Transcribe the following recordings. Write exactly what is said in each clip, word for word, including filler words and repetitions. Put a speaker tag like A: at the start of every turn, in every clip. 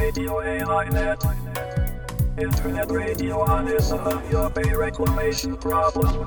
A: Radio エーアイ Net. Internet radio on is a your pay reclamation problem.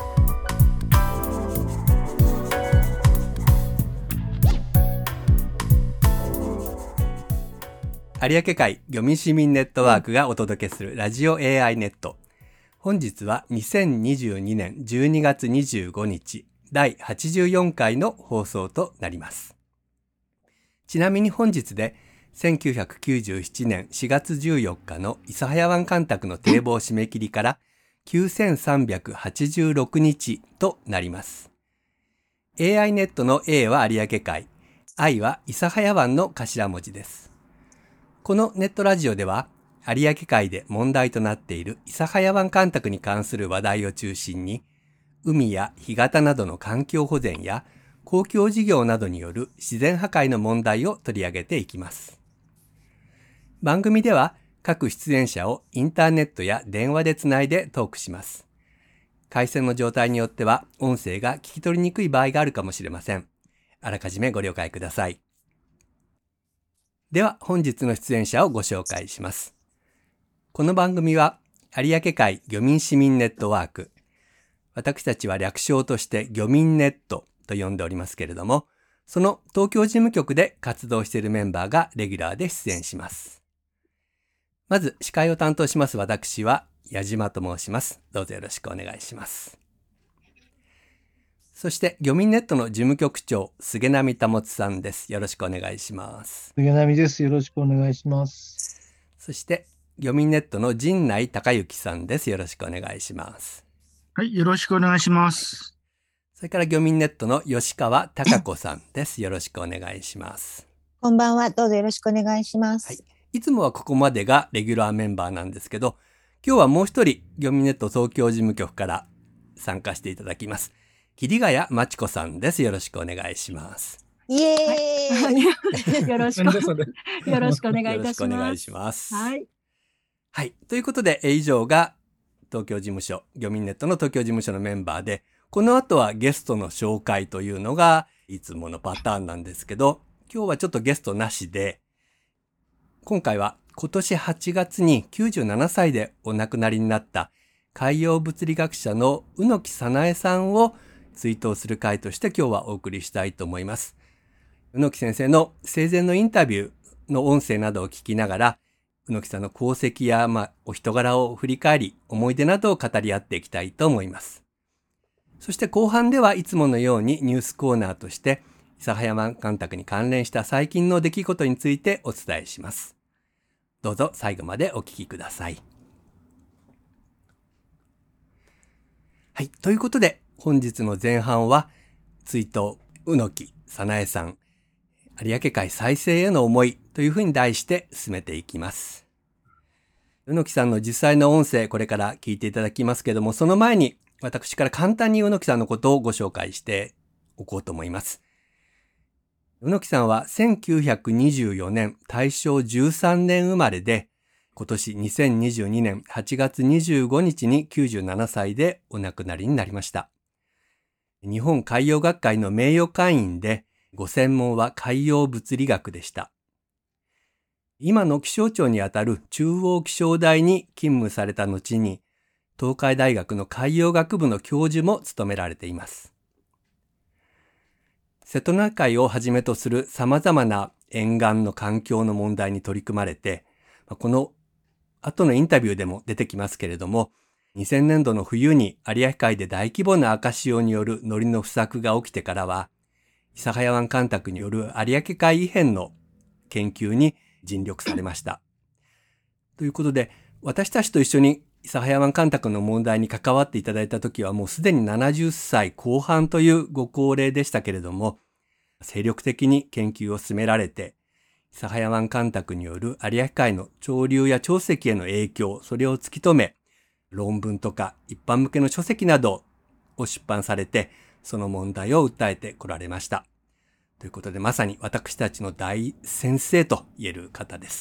B: 有明海漁民市民ネットワークがお届けするラジオ エーアイ ネット。本日はにせんにじゅうにねんじゅうにがつにじゅうごにちだいはちじゅうよんかいの放送となります。ちなみに本日でせんきゅうひゃくきゅうじゅうななねんしがつじゅうよっかの諫早湾干拓の堤防締め切りからきゅうせんさんびゃくはちじゅうろくにちとなります。エーアイ ネットの A は有明海、I は諫早湾の頭文字です。このネットラジオでは、有明海で問題となっている諫早湾干拓に関する話題を中心に、海や干潟などの環境保全や公共事業などによる自然破壊の問題を取り上げていきます。番組では各出演者をインターネットや電話でつないでトークします。回線の状態によっては音声が聞き取りにくい場合があるかもしれません。あらかじめご了解ください。では本日の出演者をご紹介します。この番組は有明海漁民市民ネットワーク、私たちは略称として漁民ネットと呼んでおりますけれども、その東京事務局で活動しているメンバーがレギュラーで出演します。まず司会を担当します私は矢島と申します。どうぞよろしくお願いします。そして漁民ネットの事務局長菅波保さんです。よろしくお願いします。
C: 菅波です。よろしくお願いします。
B: そして漁民ネットの陣内孝之さんです。よろしくお願いします。
D: はい、よろしくお願いします。
B: それから漁民ネットの吉川貴子さんです。よろしくお願いします。
E: こんばんは。どうぞよろしくお願いします。
B: はい。いつもはここまでがレギュラーメンバーなんですけど、今日はもう一人漁民ネット東京事務局から参加していただきます。桐ヶ谷真知子さんです。よろしくお願いします。
E: イエーイ、
F: はい、よろしくよろしくお願いいたします。
B: よろしくお願いします。
F: はい。
B: はい。ということで、以上が東京事務所、漁民ネットの東京事務所のメンバーで、この後はゲストの紹介というのがいつものパターンなんですけど、今日はちょっとゲストなしで、今回は今年はちがつにきゅうじゅうななさいでお亡くなりになった海洋物理学者の宇木早苗さんを追悼する会として今日はお送りしたいと思います。宇木先生の生前のインタビューの音声などを聞きながら、宇木さんの功績や、まあ、お人柄を振り返り、思い出などを語り合っていきたいと思います。そして後半ではいつものようにニュースコーナーとして、諫早湾干拓に関連した最近の出来事についてお伝えします。どうぞ最後までお聞きください。はい。ということで、本日の前半は、追悼、宇木早苗さん、有明海再生への思いというふうに題して進めていきます。宇木さんの実際の音声、これから聞いていただきますけれども、その前に私から簡単に宇木さんのことをご紹介しておこうと思います。宇木さんはせんきゅうひゃくにじゅうよねん、たいしょうじゅうさんねん生まれで、今年にせんにじゅうにねんはちがつにじゅうごにちにきゅうじゅうななさいでお亡くなりになりました。日本海洋学会の名誉会員で、ご専門は海洋物理学でした。今の気象庁にあたる中央気象台に勤務された後に、東海大学の海洋学部の教授も務められています。瀬戸内海をはじめとする様々な沿岸の環境の問題に取り組まれて、この後のインタビューでも出てきますけれども、にせんねんどの冬に有明海で大規模な赤潮による海苔の不作が起きてからは、諫早湾干拓による有明海異変の研究に尽力されました。ということで、私たちと一緒に諫早湾干拓の問題に関わっていただいたときはもうすでにななじゅっさいこう半というご高齢でしたけれども、精力的に研究を進められて、諫早湾干拓による有明海の潮流や潮汐への影響、それを突き止め、論文とか一般向けの書籍などを出版されて、その問題を訴えてこられました。ということで、まさに私たちの大先生と言える方です。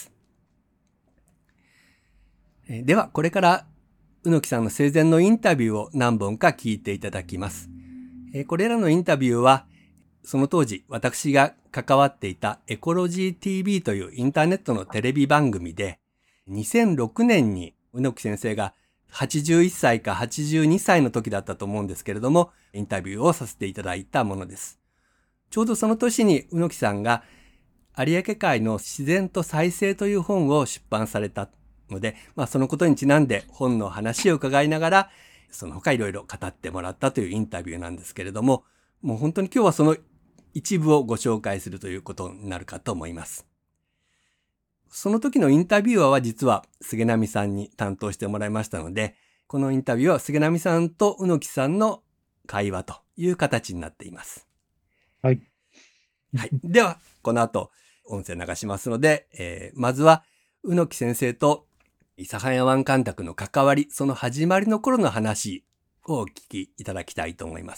B: では、これから宇木さんの生前のインタビューを何本か聞いていただきます。これらのインタビューは、その当時、私が関わっていたエコロジー ティーブイ というインターネットのテレビ番組で、にせんろくねんに宇木先生がはちじゅういっさいかはちじゅうにさいの時だったと思うんですけれども、インタビューをさせていただいたものです。ちょうどその年に宇木さんが有明海の自然と再生という本を出版されたので、まあそのことにちなんで本の話を伺いながら、その他いろいろ語ってもらったというインタビューなんですけれども、もう本当に今日はその一部をご紹介するということになるかと思います。その時のインタビュアーは実は菅波さんに担当してもらいましたので、このインタビューは菅波さんと宇木さんの会話という形になっています。
C: はい。
B: はい。では、この後音声流しますので、えー、まずは宇木先生と諫早湾干拓の関わり、その始まりの頃の話をお聞きいただきたいと思います。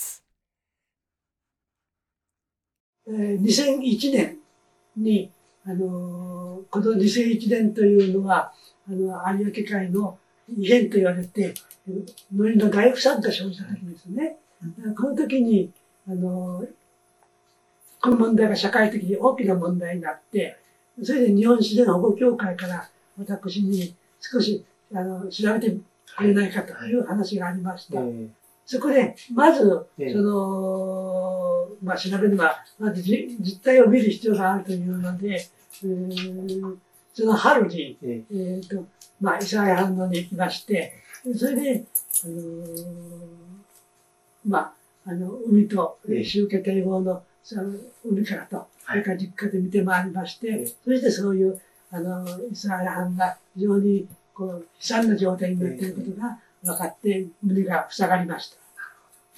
G: にせんいちねんに、あのー、このにせんいちねんというのは、あの、有明海の異変と言われて、海苔の大不産が生じた時ですね。この時に、あのー、この問題が社会的に大きな問題になって、それで日本自然保護協会から私に少し、あの、調べてくれないかという話がありました。はい、そこで、まず、その、まあ、調べるのは、まず実態を見る必要があるというので、うーんその春に、えっ、ー、と、まあ、諫早半島に行きまして、それで、あのー、まあ、あの、海と集計堤防の、その海からと、それから実家で見て回りまして、そしてそういう、あの、諫早半が非常に、こう、悲惨な状態になっていることが分かって、胸が塞がりました。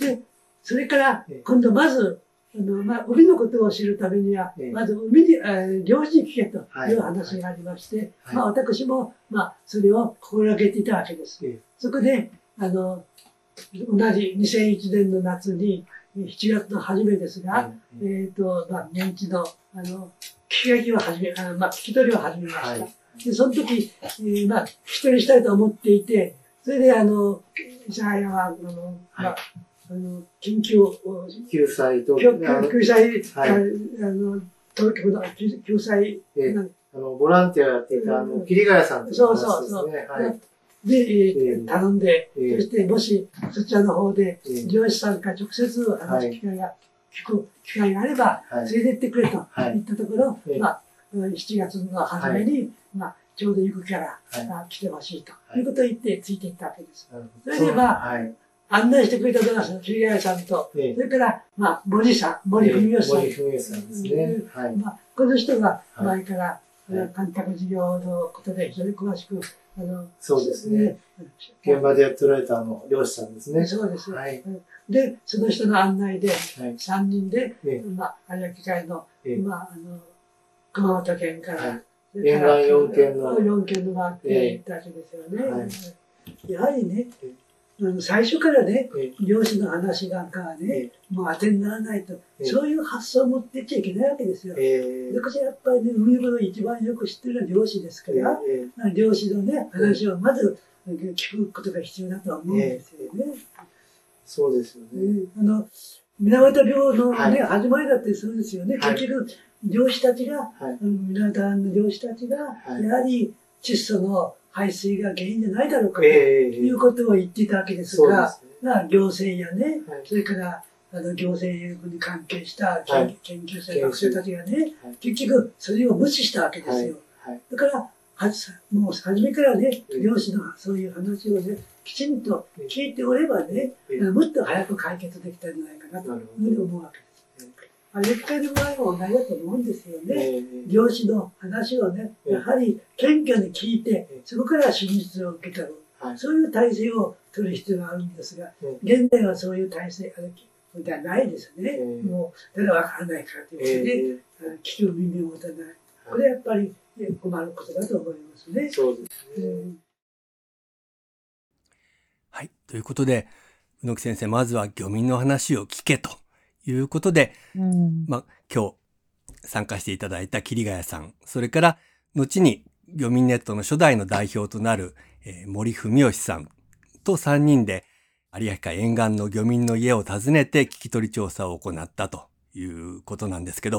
G: で、それから、今度まず、あの、まあ、海のことを知るためには、まず海に、えー、漁師に聞けという話がありまして、まあ、私も、まあ、それを心がけていたわけです。そこで、あの、同じにせんいちねんの夏に、しちがつの初めですが、えっと、まあ、現地の、あの、聞き書きを始め、あの、まあ、聞き取りを始めました。で、その時、えー、まあ、聞き取りしたいと思っていて、それで、あの、諫早は、あの、まあ、あの、緊急、
H: 救済と、
G: 救済、はい、あの、東京の救済、
H: えー、あの、ボランティアやっていた、あの、桐ヶ谷さんという話ですね。そうそうそう。はい、
G: で、えー、頼んで、えー、そしてもし、そちらの方で、漁師さんから直接話す機会が、はい、聞く機会があれば、連れて行ってくれと言ったところ、はい、まあ、しちがつの初めに、はい、まあ、ちょうど行くから、はい、来てほしいということを言って、ついていったわけです。それで、まあ、はい案内してくれたのが、その桐ヶ谷さんと、ええ、それから、まあ、森さん、森文義さん。
H: 森文義さんですね。
G: はい。まあ、この人が前から、はい、干拓事業のことで非常に詳しく、あの、
H: そうですね。現場でやっておられた、あの、漁師さんですね。
G: そうです。はい。で、その人の案内で、さんにんで、まあ、有明海の、まあ、あの、熊本県から、
H: 沿岸よんけんの。
G: よんけんの回っていったわけですよね。やはりね、最初からね、漁師の話なんかはね、もう当てにならないと、そういう発想を持っていっちゃいけないわけですよ。だからやっぱりね、海物を一番よく知ってるのは漁師ですから、漁師のね、話をまず聞くことが必要だとは思うんですよね。
H: そうですよね。
G: あの、水俣病のね、始まりだってそうですよね。結局、漁師たちが、水俣湾の漁師たちが、やはり窒素の排水が原因じゃないだろうかということを言っていたわけですが、行政やね、それからあの行政に関係した研究者、学生たちがね、結局それを無視したわけですよ。だから、もう初めからね、漁師のそういう話をね、きちんと聞いておればね、もっと早く解決できたんじゃないかなというふうに思うわけです。有明海の場合も同じだと思うんですよね。漁師の話をね、やはり謙虚に聞いて、そこから真実を受け取る。そういう体制を取る必要があるんですが、現代はそういう体制ではないですね。もう、ただわからないからということで、聞く耳を持たない。これはやっぱり困ることだと思いますね。
H: そうですね。
B: はい。ということで、宇木先生、まずは漁民の話を聞けと。いうことで、うん、まあ、今日参加していただいた桐ヶ谷さん、それから後に漁民ネットの初代の代表となる、えー、森文義さんとさんにんで有明海沿岸の漁民の家を訪ねて聞き取り調査を行ったということなんですけど、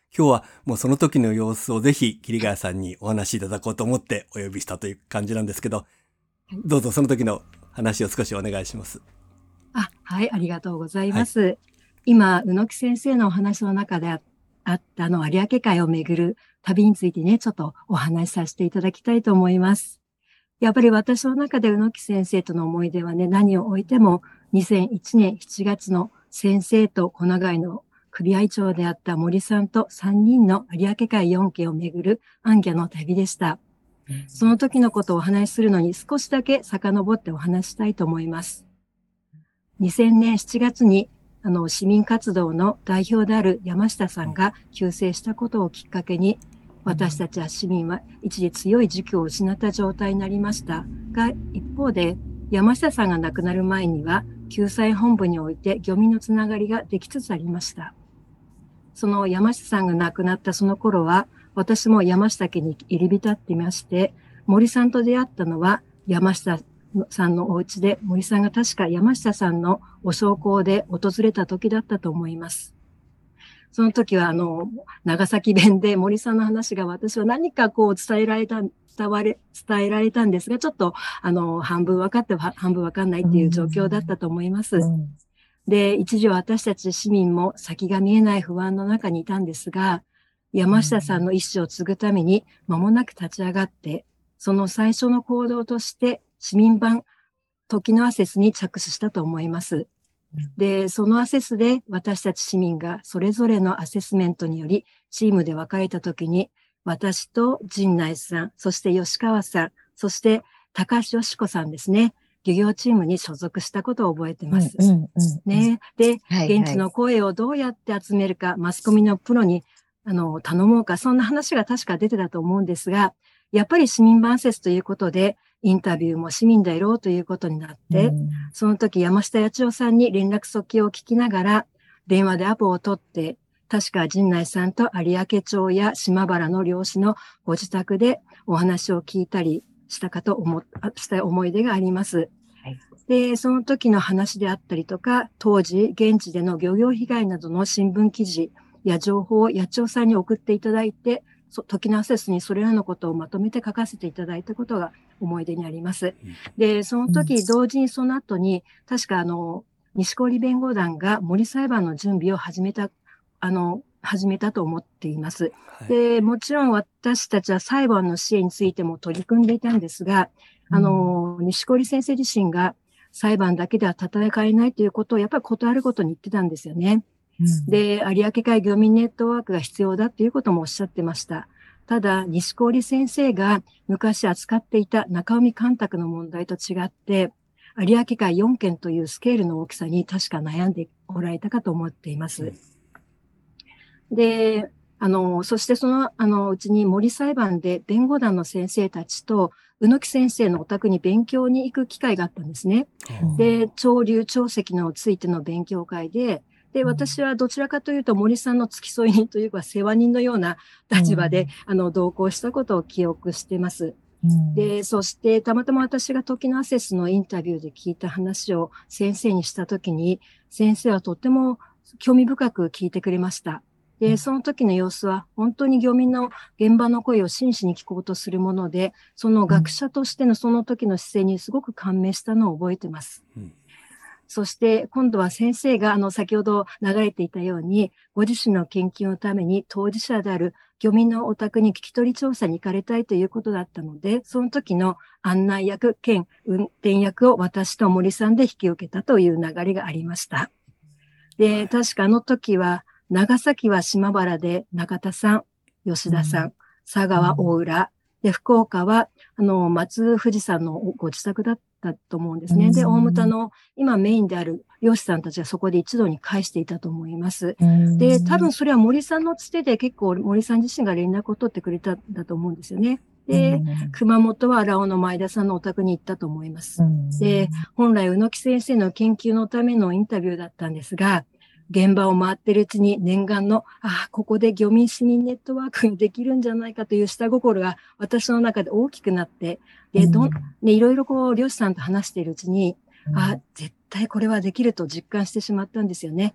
B: 今日はもうその時の様子をぜひ桐ヶ谷さんにお話しいただこうと思ってお呼びしたという感じなんですけど、どうぞその時の話を少しお願いします。
F: あ、はい、ありがとうございます。はい、今、宇野木先生のお話の中であったあの有明海をめぐる旅についてね、ちょっとお話しさせていただきたいと思います。やっぱり私の中で宇野木先生との思い出はね、何を置いてもにせんいちねんしちがつの先生と小長井の首合長であった森さんとさんにんの有明海よんけんをめぐる行脚の旅でした。その時のことをお話しするのに少しだけ遡ってお話したいと思います。にせんねんしちがつにあの市民活動の代表である山下さんが急逝したことをきっかけに、私たちは市民は一時強い自供を失った状態になりましたが、一方で山下さんが亡くなる前には救済本部において漁民のつながりができつつありました。その山下さんが亡くなったその頃は、私も山下家に入り浸っていまして、森さんと出会ったのは山下さんのお家で、森さんが確か山下さんのお焼香で訪れた時だったと思います。その時はあの、長崎弁で森さんの話が私は何かこう伝えられた、伝われ、伝えられたんですが、ちょっとあの、半分分かって半分分かんないっていう状況だったと思います。うんで、一時私たち市民も先が見えない不安の中にいたんですが、山下さんの意思を継ぐために間もなく立ち上がって、その最初の行動として市民版時のアセスに着手したと思います。で、そのアセスで私たち市民がそれぞれのアセスメントによりチームで分かれたときに、私と陣内さん、そして吉川さん、そして高橋よし子さんですね。漁業チームに所属したことを覚えてます。うんうんうんね。で、はいはい、現地の声をどうやって集めるか、マスコミのプロにあの頼もうか、そんな話が確か出てたと思うんですが、やっぱり市民版説ということで、インタビューも市民でやろうということになって、うん、その時山下八千代さんに連絡先を聞きながら、電話でアポを取って、確か陣内さんと有明町や島原の漁師のご自宅でお話を聞いたり、したかと思、した思い出があります。はい、で、その時の話であったりとか、当時、現地での漁業被害などの新聞記事や情報を八千代さんに送っていただいて、時のアセスにそれらのことをまとめて書かせていただいたことが思い出にあります。で、その時、同時にその後に、確かあの、錦織弁護団が森裁判の準備を始めた、あの、始めたと思っています。はい、で、もちろん私たちは裁判の支援についても取り組んでいたんですが、うん、あの、錦織先生自身が裁判だけでは戦えないということをやっぱり断ることに言ってたんですよね。うん、で、有明海漁民ネットワークが必要だということもおっしゃってました。ただ、錦織先生が昔扱っていた中海干拓の問題と違って、有明海よんけんというスケールの大きさに確か悩んでおられたかと思っています。うんで、あの、そしてその、あの、うちに森裁判で弁護団の先生たちと、宇野木先生のお宅に勉強に行く機会があったんですね。うん、で、潮流、潮汐のついての勉強会で、で、私はどちらかというと森さんの付き添い人というか世話人のような立場で、うん、あの、同行したことを記憶しています。うん、で、そしてたまたま私が時のアセスのインタビューで聞いた話を先生にしたときに、先生はとても興味深く聞いてくれました。で、その時の様子は本当に漁民の現場の声を真摯に聞こうとするもので、その学者としてのその時の姿勢にすごく感銘したのを覚えています。うん、そして今度は先生があの先ほど流れていたように、ご自身の研究のために当事者である漁民のお宅に聞き取り調査に行かれたいということだったので、その時の案内役兼運転役を私と森さんで引き受けたという流れがありました。で、確かあの時は、長崎は島原で中田さん、吉田さん、うん、佐賀は大浦、で、福岡は、あの、松藤さんのご自宅だったと思うんですね。うん、で、大牟田の今メインである漁師さんたちがそこで一度に返していたと思います。うん、で、多分それは森さんのつてで結構森さん自身が連絡を取ってくれたんだと思うんですよね。で、うん、熊本は荒尾の前田さんのお宅に行ったと思います。うん、で、本来宇野木先生の研究のためのインタビューだったんですが、現場を回っているうちに念願の、ああ、ここで漁民市民ネットワークにできるんじゃないかという下心が私の中で大きくなって、で、どん、ね、いろいろこう、漁師さんと話しているうちに、うん、ああ、絶対これはできると実感してしまったんですよね。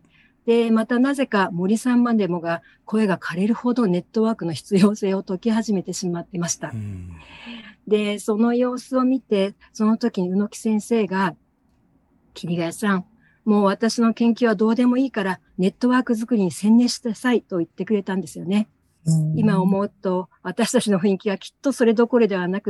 F: で、またなぜか森さんまでもが声が枯れるほどネットワークの必要性を解き始めてしまっていました。で、その様子を見て、その時に宇野木先生が、桐ヶ谷さん、もう私の研究はどうでもいいからネットワーク作りに専念してくださいと言ってくれたんですよね。今思うと、私たちの雰囲気はきっとそれどころではなくって、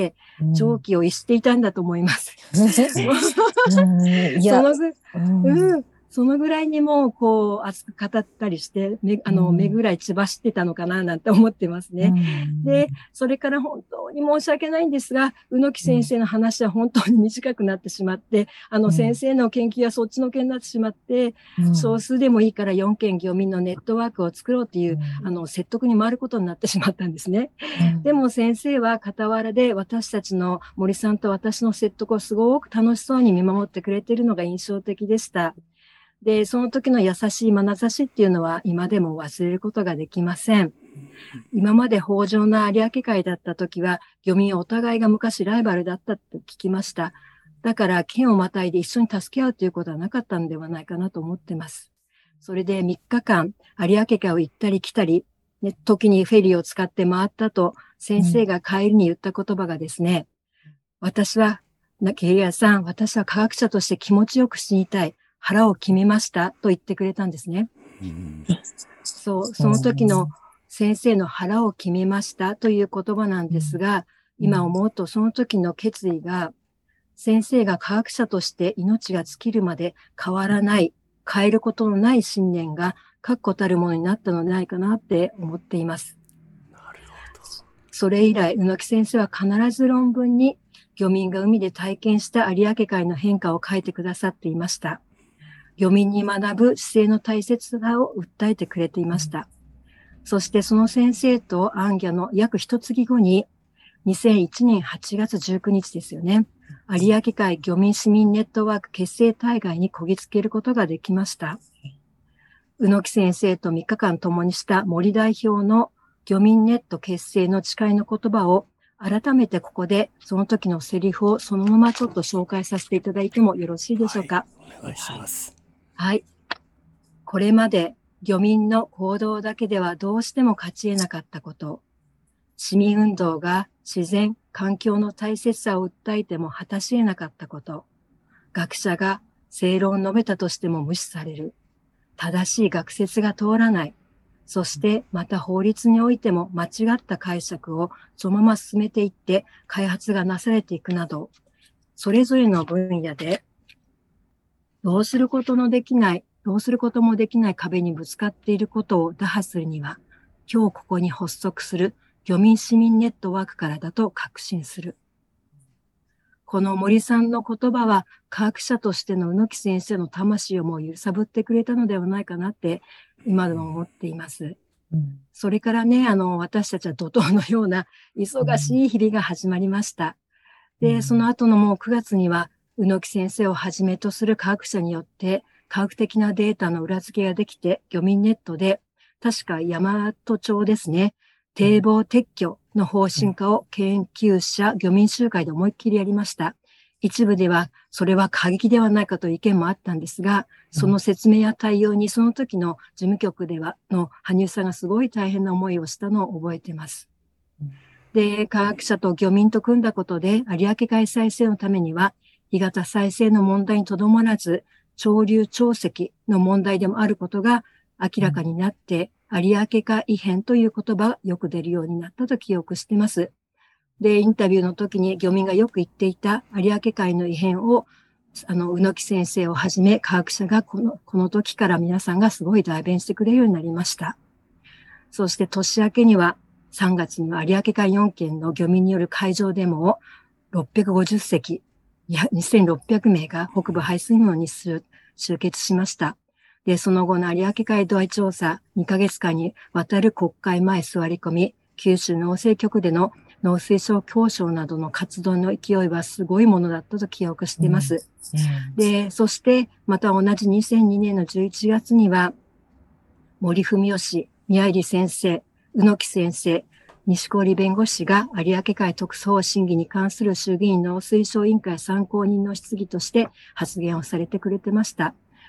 F: 常軌を逸していたんだと思います。そのぐ、うん、そのぐらいにもう、こう、熱く語ったりして、目、あの、目ぐらい血走ってたのかな、なんて思ってますね。で、それから本当に申し訳ないんですが、宇野木先生の話は本当に短くなってしまって、あの、先生の研究はそっちの件になってしまって、少数でもいいからよんけん漁民のネットワークを作ろうっていう、あの、説得に回ることになってしまったんですね。でも先生は傍らで私たちの森さんと私の説得をすごく楽しそうに見守ってくれているのが印象的でした。で、その時の優しい眼差しっていうのは今でも忘れることができません。今まで豊穣な有明海だった時は、漁民お互いが昔ライバルだったと聞きました。だから県をまたいで一緒に助け合うということはなかったんではないかなと思ってます。それでみっかかん有明海を行ったり来たり、ね、時にフェリーを使って回ったと、先生が帰りに言った言葉がですね、うん、私は、桐ヶ谷さん、私は科学者として気持ちよく死にたい。腹を決めましたと言ってくれたんですね。うん、そう、その時の先生の腹を決めましたという言葉なんですが、今思うとその時の決意が、先生が科学者として命が尽きるまで変わらない、変えることのない信念が確固たるものになったのではないかなって思っています。なるほど。それ以来、宇野木先生は必ず論文に漁民が海で体験した有明海の変化を書いてくださっていました。漁民に学ぶ姿勢の大切さを訴えてくれていました。そしてその先生とアンギャの約一月後に、にせんいちねんはちがつじゅうくにちですよね。有明海漁民市民ネットワーク結成大会にこぎつけることができました。宇野木先生とみっかかん共にした森代表の漁民ネット結成の誓いの言葉を改めてここでその時のセリフをそのままちょっと紹介させていただいてもよろしいでしょうか。
B: はい、お願いします。
F: はい。これまで漁民の行動だけではどうしても勝ち得なかったこと、市民運動が自然、環境の大切さを訴えても果たし得なかったこと、学者が正論を述べたとしても無視される、正しい学説が通らない、そしてまた法律においても間違った解釈をそのまま進めていって開発がなされていくなど、それぞれの分野でどうすることのできない、どうすることもできない壁にぶつかっていることを打破するには、今日ここに発足する漁民市民ネットワークからだと確信する。この森さんの言葉は科学者としての宇野木先生の魂をもう揺さぶってくれたのではないかなって今でも思っています。うん、それからね、あの、私たちは怒涛のような忙しい日々が始まりました。で、うん、その後のもうくがつには宇野木先生をはじめとする科学者によって科学的なデータの裏付けができて、漁民ネットで、確か大和町ですね、堤防撤去の方針化を研究者漁民集会で思いっきりやりました。一部では、それは過激ではないかという意見もあったんですが、その説明や対応にその時の事務局では、の羽生さんがすごい大変な思いをしたのを覚えています。で、科学者と漁民と組んだことで、有明海再生のためには、干潟再生の問題にとどまらず、潮流潮汐の問題でもあることが明らかになって、有明海異変という言葉がよく出るようになったと記憶しています。で、インタビューの時に漁民がよく言っていた有明海の異変を、あの、宇野木先生をはじめ科学者がこの、この時から皆さんがすごい代弁してくれるようになりました。そして年明けには、さんがつには有明海よんけんの漁民による海上デモをろっぴゃくごじゅっせき、にせんろっぴゃくめいが北部排水門に集結しました。で、その後の有明海度合い調査、にかげつかんにわたる国会前座り込み、九州農政局での農水省交渉などの活動の勢いはすごいものだったと記憶しています。うんうん、で、そしてまた同じにせんにねんのじゅういちがつには、森文義、宮入先生、宇野木先生、西郡弁護士が有明海特措法審議に関する衆議院農水省委員会参考人の質疑として発言をされてくれてました。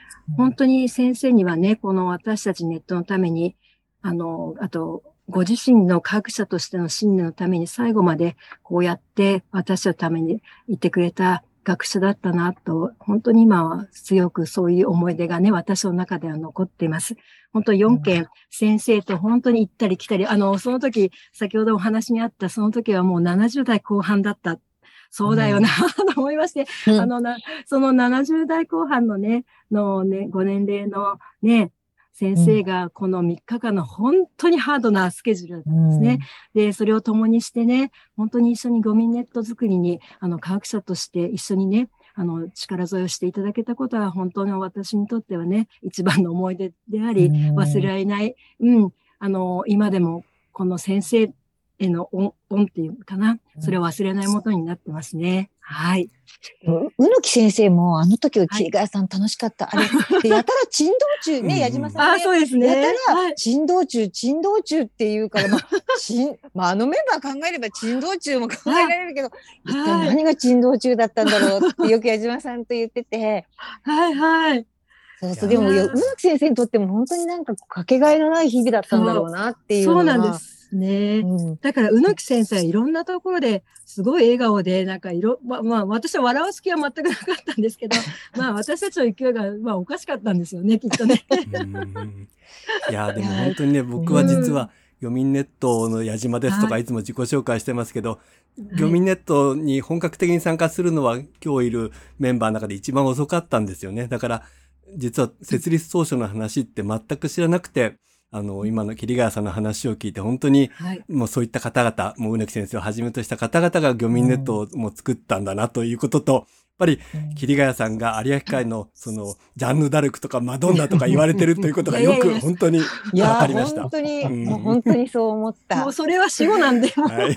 F: 本当に先生にはね、この私たちネットのために、あの、あと、ご自身の科学者としての信念のために最後までこうやって私のためにいてくれた学者だったなと、本当に今は強くそういう思い出がね、私の中では残っています。本当よんけん先生と本当に行ったり来たり、あの、その時、先ほどお話にあった、その時はもうななじゅう代後半だった。そうだよな、うん、と思いまして、うん、あのな、そのななじゅう代後半のね、のね、ご年齢のね、先生がこのみっかかんの本当にハードなスケジュールだったんですね。うん、で、それを共にしてね、本当に一緒にゴミネット作りに、あの、科学者として一緒にね、あの、力添えをしていただけたことは本当に私にとってはね、一番の思い出であり、忘れられない。うん。あの、今でもこの先生への恩、恩っていうかな、それを忘れないものになってますね。はい。
E: 宇野木先生も、あの時は桐ヶ谷さん楽しかった。はい、あれ、やたら珍道中ね、矢島さん、ね。
F: あ、そうですね。
E: やたら珍道中、珍道中っていうから、まあ、まあ、あのメンバー考えれば珍道中も考えられるけど、一体何が珍道中だったんだろうってよく矢島さんと言ってて。
F: はいはい。
E: そうそう、でも、宇野木先生にとっても本当になんかかけがえのない日々だったんだろうなっていうのは。
F: そうなんです。ね、うん、だから、宇野木先生はいろんなところですごい笑顔で、なんかいろ、まあ、まあ、私は笑わす気は全くなかったんですけど、まあ、私たちの勢いが、まあ、おかしかったんですよね、きっとね。
B: うんいや、でも本当にね、僕は実は、漁民ネットの矢島ですとか、いつも自己紹介してますけど、漁民ネットに本格的に参加するのは、今日いるメンバーの中で一番遅かったんですよね。だから、実は設立当初の話って全く知らなくて、あの、今の桐ヶ谷さんの話を聞いて、本当に、もうそういった方々、もう宇野木先生をはじめとした方々が漁民ネットをもう作ったんだなということと、やっぱり、桐ヶ谷さんが有明海の、その、ジャンヌ・ダルクとかマドンナとか言われてるということがよく、本当に分かりました。
E: 本当に、もう本当にそう思った。
F: もうそれは死後なんで。
B: はい。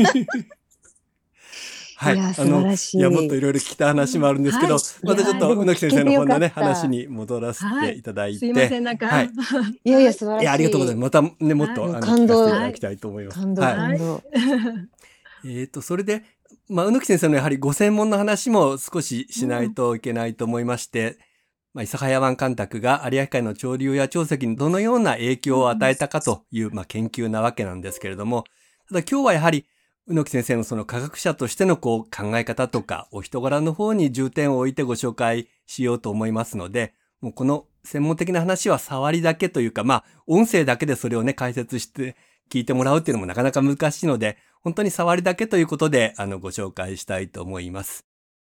B: はい。あの、いや、もっといろいろ聞きた話もあるんですけど、またちょっと、宇野木先生の方のね、話に戻らせていただいて。
F: すいません、なんか。はい。
E: いやいや、素晴らしい。いや、
B: ありがとうございます。またね、もっと、あの、聞かせていただきたいと思います。
E: 感動、感動。
B: えっと、それで、まあ、宇野木先生のやはりご専門の話も少ししないといけないと思いまして、まあ、諫早湾干拓が有明海の潮流や潮汐にどのような影響を与えたかという、まあ、研究なわけなんですけれども、ただ今日はやはり、宇野木先生のその科学者としてのこう考え方とかお人柄の方に重点を置いてご紹介しようと思いますので、もうこの専門的な話は触りだけというか、まあ音声だけでそれをね解説して聞いてもらうっていうのもなかなか難しいので、本当に触りだけということであのご紹介したいと思います。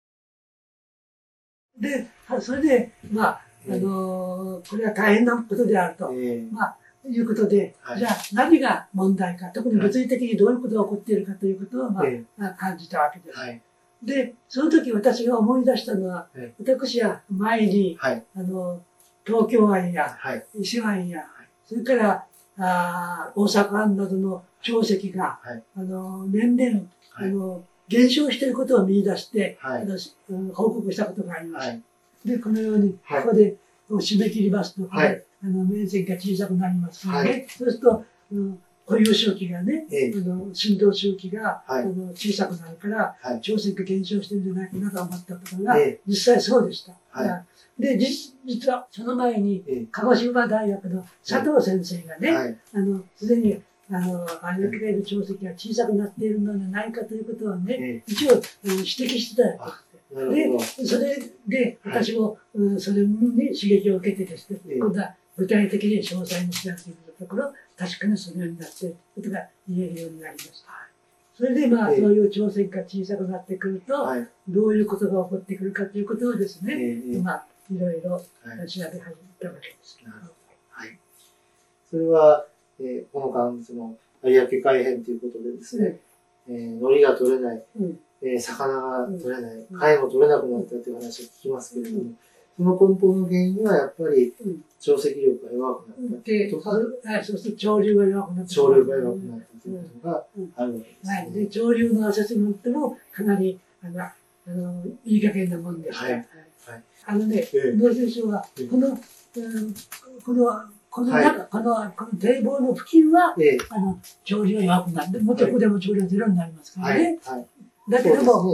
G: で、それで、まあ、あのー、これは大変なことであると。えー、まあいうことで、はい、じゃあ何が問題か、特に物理的にどういうことが起こっているかということを、まあ、えー、感じたわけです。はい、で、その時私が思い出したのは、えー、私は前に、はい、あの、東京湾や、はい、石湾や、はい、それから、あ大阪湾などの潮汐が、はい、あの、年々、はい、あの、減少していることを見出して、はい、あの報告したことがあります。はい、で、このように、ここで締め切りますと、はい、あの、面積が小さくなりますので、ね、はい、そうすると、うん、固有周期がね、ええ、あの振動周期が、はい、あの小さくなるから、はい、潮汐が減少してるんじゃないかなと思ったことが、ええ、実際そうでした。はい、で、実、実はその前に、ええ、鹿児島大学の佐藤先生がね、はい、あの、すでに、あの、有明海の潮汐が小さくなっているのではないかということをね、ええ、一応、うん、指摘してたわけです。で、それで、私も、はい、うん、それに刺激を受けてですね、今度は具体的に詳細に調べてみたところ、確かにそのようになっていることが言えるようになりました。それで、まあ、そういう潮汐が小さくなってくると、はい、どういうことが起こってくるかということをですね、えー、まあ、いろいろ調べ始めたわけです。なるほど。
H: はい。それは、えー、この間、その、有明海編ということでですね、うん、えー、海苔が取れない、うん、えー、魚が取れない、うん、貝も取れなくなったという話を聞きますけれども、うんその根本の原因はやっぱり潮汐力が弱くなったということ
G: が、そうすると潮流が弱くなった。
H: 潮流が弱くなったということがあるわけです、ね。
G: はい。で、潮流のアセスメントもかなり、あの、あのいい加減なもんでした。はい。はい、あのね、農水省は、この、うん、この、この中、はい、この、この堤防の付近は、ええ、あの、潮流が弱くなって、もっとここでも潮流がゼロになりますからね。はい。はい、だけども、ね、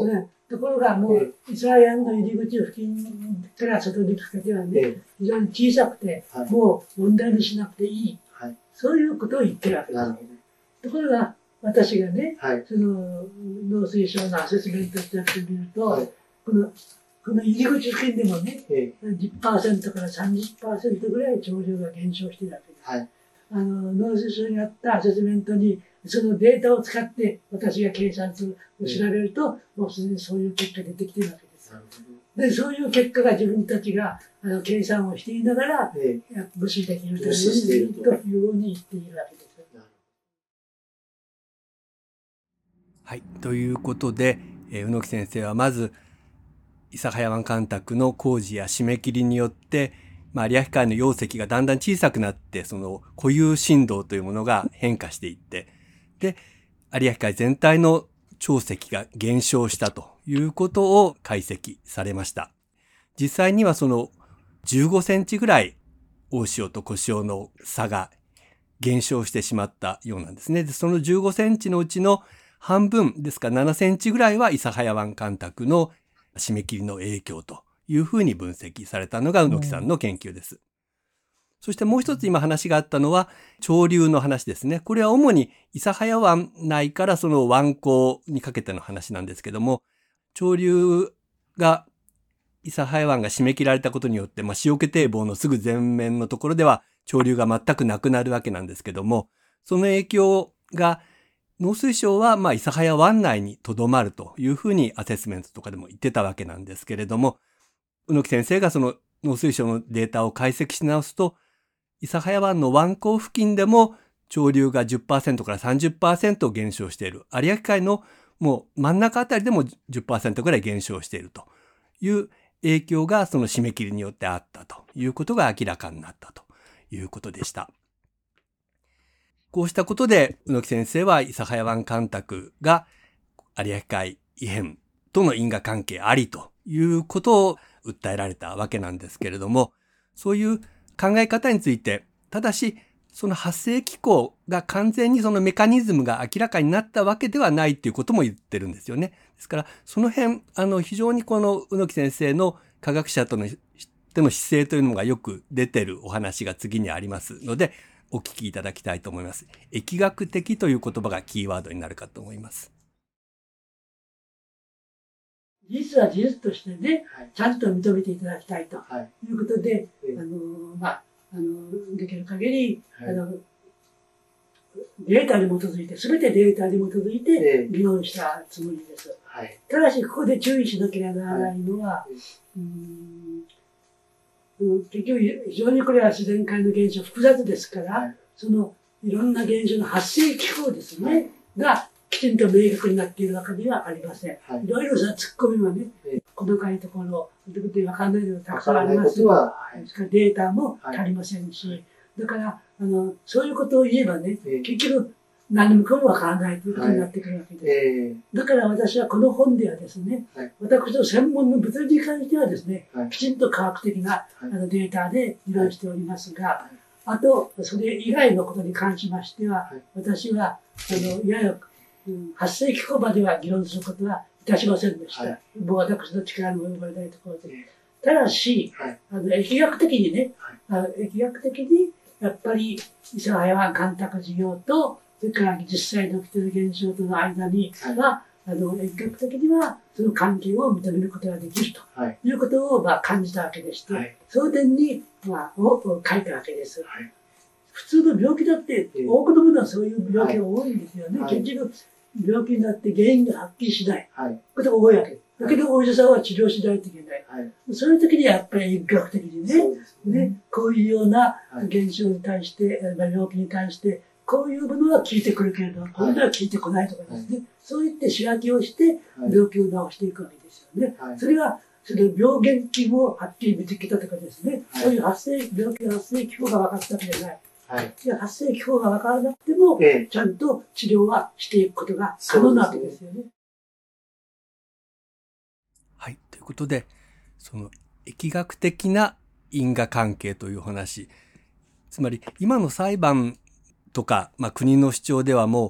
G: ところがもう、イスラエルの入り口付近から外にかけてはね、非常に小さくて、もう問題にしなくていい。そういうことを言ってるわけです。ところが、私がね、その、農水省のアセスメントってやってみると、この、この入り口付近でもね、じゅっパーセント から さんじゅっパーセント ぐらい潮流が減少しているわけです。あの、農水省にあったアセスメントに、そのデータを使って私が計算する、調べると、もうすでにそういう結果が出てきているわけです。で、そういう結果が自分たちが、あの、計算をしていながら、無視できるというふうに言っているわけです。
B: はい。ということで、えー、宇野木先生はまず、諫早湾干拓の工事や締め切りによって、まあ、有明海の溶石がだんだん小さくなって、その固有振動というものが変化していって、で、有明海全体の潮石が減少したということを解析されました。実際にはそのじゅうごセンチぐらい大潮と小潮の差が減少してしまったようなんですね。で、そのじゅうごセンチのうちの半分ですからななセンチぐらいは諫早湾干拓の締め切りの影響というふうに分析されたのが宇野木さんの研究です。うん、そしてもう一つ今話があったのは潮流の話ですね。これは主に諫早湾内からその湾口にかけての話なんですけども、潮流が諫早湾が締め切られたことによって、まあ、塩気堤防のすぐ前面のところでは潮流が全くなくなるわけなんですけども、その影響が農水省はまあ諫早湾内にとどまるというふうにアセスメントとかでも言ってたわけなんですけれども、宇野木先生がその農水省のデータを解析し直すと、諫早湾の湾口付近でも潮流が じゅっパーセント から さんじゅっパーセント 減少している。有明海のもう真ん中あたりでも じゅっパーセント ぐらい減少しているという影響がその締め切りによってあったということが明らかになったということでした。こうしたことで宇野木先生は諫早湾干拓が有明海異変との因果関係ありということを訴えられたわけなんですけれども、そういう考え方について、ただしその発生機構が完全にそのメカニズムが明らかになったわけではないということも言ってるんですよね。ですからその辺あの非常にこの宇野木先生の科学者とのでの姿勢というのがよく出てるお話が次にありますのでお聞きいただきたいと思います。疫学的という言葉がキーワードになるかと思います。
G: 事実は事実としてね、はい、ちゃんと認めていただきたいということで、はい、あのまああのできる限り、はい、あのデータに基づいて全てデータに基づいて議論したつもりです。はい、ただしここで注意しなければならないのは、はい、うーん結局非常にこれは自然界の現象複雑ですから、はい、そのいろんな現象の発生機構ですね、はい、がきちんと明確になっているわけではありません。はい、いろいろさ突っ込みはね、はい、細かいところで分かんないのがたくさんあります。はい、ですからデータも足りませんし、はい、だからあのそういうことを言えばね、はい、結局何もかも分からないということになってくるわけです。はい、だから私はこの本ではですね、はい、私の専門の物理に関してはですね、はい、きちんと科学的な、はい、あのデータで議論しておりますが、はい、あとそれ以外のことに関しましては、はい、私はあのややうん、発生機構までは議論することはいたしませんでした。はい、もう私の力の及ばないところで。ただし、はい、あの疫学的にね、はい、あの疫学的にやっぱり諫早湾干拓事業と、それから実際の起きている現象との間には、はい、あの疫学的にはその関係を認めることができると、はい、いうことをまあ感じたわけでして、はい、その点に、まあ、を書いたわけです。はい、普通の病気だって、多くのものはそういう病気が多いんですよね。はい、結局病気になって原因がはっきりしない。はい、ことが多いわけ。だけどお医者さんは治療しないといけない。はい、そういう時にはやっぱり医学的に ね, ね, ね、こういうような現象に対して、はい、病気に対して、こういうものは効いてくるけれど、これでは効いてこないとかですね。はい、そういって仕分けをして、病気を治していくわけですよね。はい、それが、その病原菌をはっきり見てきたとかですね、はい、そういう発生、病気の発生機構が分かったわけじゃない。はい、発生機構が分からなくても、ええ、ちゃんと治療はしていくことが可能なわけですよね。
B: はい。ということで、その疫学的な因果関係という話、つまり今の裁判とか、まあ、国の主張ではもう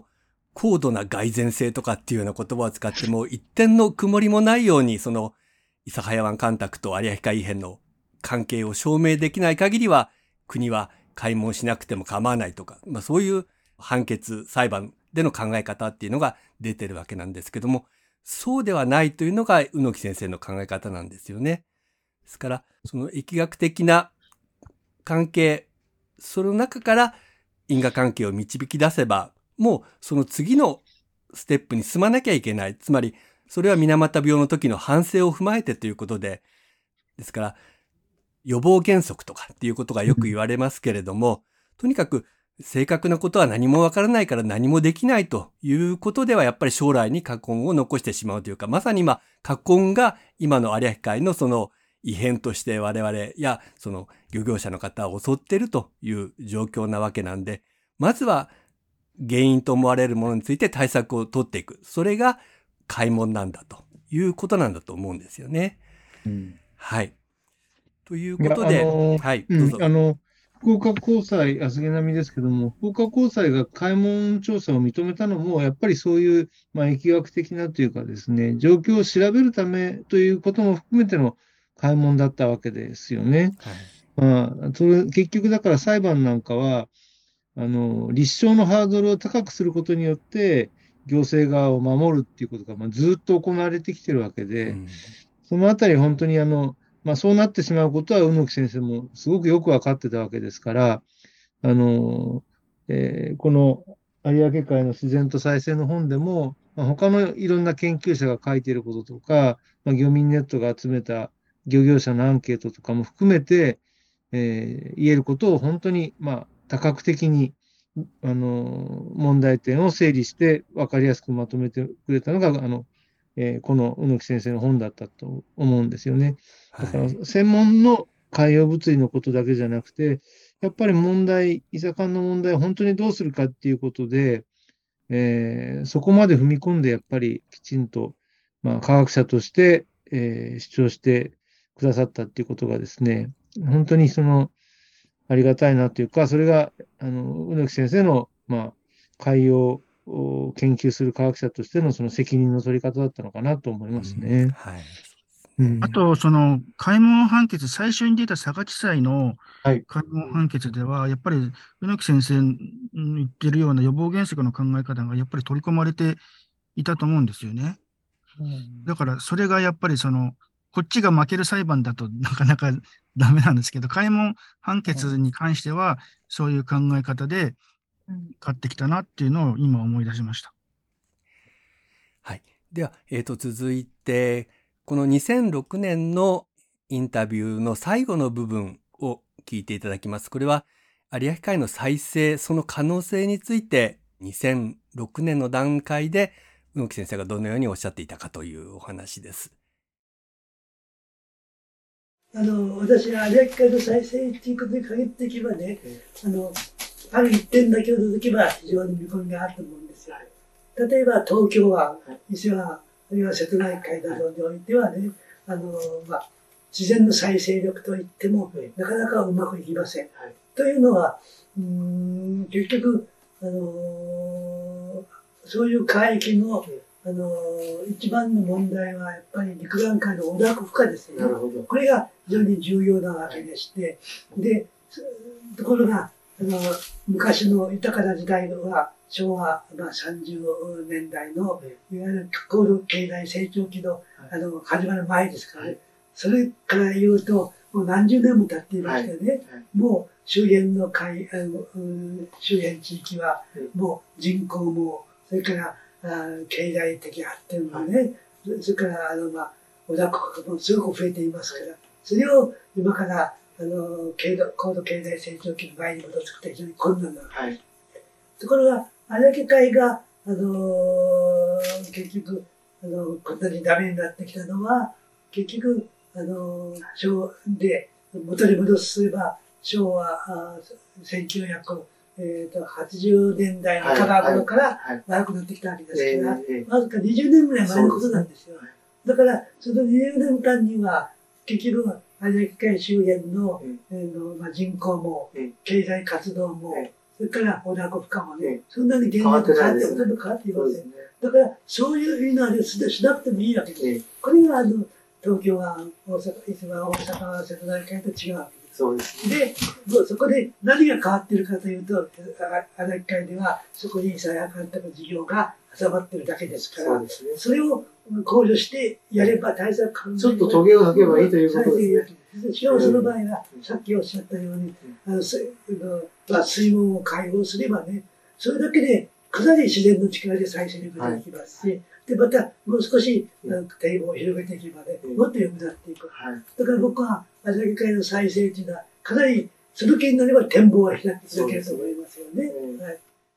B: 高度な蓋然性とかっていうような言葉を使っても、一点の曇りもないように、その、諫早湾干拓と有明海異変の関係を証明できない限りは、国は開門しなくても構わないとか、まあそういう判決、裁判での考え方っていうのが出てるわけなんですけども、そうではないというのが宇野木先生の考え方なんですよね。ですから、その疫学的な関係、その中から因果関係を導き出せば、もうその次のステップに進まなきゃいけない。つまり、それは水俣病の時の反省を踏まえてということで、ですから、予防原則とかっていうことがよく言われますけれども、とにかく正確なことは何もわからないから何もできないということでは、やっぱり将来に禍根を残してしまうというか、まさに今、禍根が今の有明海のその異変として我々やその漁業者の方を襲っているという状況なわけなんで、まずは原因と思われるものについて対策を取っていく。それが開門なんだということなんだと思うんですよね。うん、はい。ということで、
C: あのー、
B: はい、
C: どうぞ。
B: うん、
C: あの、福岡高裁、厚毛並みですけども、福岡高裁が開門調査を認めたのも、やっぱりそういう、まあ、疫学的なというかですね、状況を調べるためということも含めての開門だったわけですよね。はい、まあ、それ結局だから裁判なんかは、あの、立証のハードルを高くすることによって、行政側を守るっていうことが、まあ、ずっと行われてきてるわけで、うん、そのあたり本当にあの、まあそうなってしまうことは、宇野木先生もすごくよくわかってたわけですから、あの、えー、この有明海の自然と再生の本でも、まあ、他のいろんな研究者が書いていることとか、まあ、漁民ネットが集めた漁業者のアンケートとかも含めて、えー、言えることを本当に、まあ、多角的に、あの、問題点を整理して分かりやすくまとめてくれたのが、あの、えー、この宇野木先生の本だったと思うんですよね。だから、専門の海洋物理のことだけじゃなくて、やっぱり問題、いさかんの問題を本当にどうするかっていうことで、えー、そこまで踏み込んで、やっぱりきちんと、まあ、科学者として、えー、主張してくださったっていうことがですね、本当にその、ありがたいなというか、それが、あの、宇野木先生の、まあ、海洋を研究する科学者としてのその責任の取り方だったのかなと思いますね。うん、はい。
D: うん、あと、その、開門判決、最初に出た佐賀地裁の開門判決では、はい、やっぱり、宇野木先生の言ってるような予防原則の考え方がやっぱり取り込まれていたと思うんですよね。うん、だから、それがやっぱりその、こっちが負ける裁判だとなかなかダメなんですけど、開門判決に関しては、そういう考え方で勝ってきたなっていうのを今思い出しました。
B: はい。では、えっと、続いて、このにせんろくねんのインタビューの最後の部分を聞いていただきます。これは有明海の再生、その可能性についてにせんろくねんの段階で宇野木先生がどのようにおっしゃっていたかというお話です。
G: あの、私は有明海の再生っていうことに限っていけばね、あの、ある一点だけを除けば非常に見込みがあると思うんですよ。例えば東京湾、伊勢湾、あるいは瀬戸内海などにおいてはね、あの、まあ、自然の再生力といっても、なかなかうまくいきません。はい、というのは、うーん、結局、あのー、そういう海域の、あのー、一番の問題は、やっぱり陸岸海の汚濁負荷ですね。なるほど。これが非常に重要なわけでして、で、ところが、あの、昔の豊かな時代は、昭和、まあ、さんじゅうねんだいの、いわゆる高度経済成長期の、あの、始まる前ですからね。それから言うと、もう何十年も経っていましてね、もう周辺の海、あの、周辺地域は、もう人口も、それから、あ経済的発展もね、それから、あの、まあ、汚濁化もすごく増えていますから、それを今から、あの、高度経済成長期の前に戻すことは非常に困難なわけです。ところが、有明海が、あのー、結局、あの、こんなにダメになってきたのは、結局、あのー、昭で、元に戻すれば、昭和、あせんきゅうひゃくはちじゅうねんだいの半ば頃から悪くなってきたわけですから、わずかにじゅうねんぐらい前のことなんですよ。だから、そのにじゅうねんかんには、結局、有明海周辺の、えーのまあ、人口も、経済活動も、そそれから小田区かもね、そんなに現状と変わって、ほとんど変わっていません。だから、そういうのはしなくてもいいわけです。これが、あの、東京は大阪、一番大阪は瀬戸内海と違うわけです。そうです。で、そこで何が変わっているかというと、荒木会では、そこに再発開拓事業が挟まっているだけですから、そうですね、それを考慮してやれば対策考えちょっとトゲを吐けばいいということですね。しかもその場合は、さっきおっしゃったように、あの水門を開放すればね、それだけでかなり自然の力で再生力ができますし、はい、で、またもう少し堤防を広げていけばね、もっと良くなっていく。はい、だから僕は、荒木会の再生というのは、かなりその気になれば展望は開き続けると思いますよね。はい。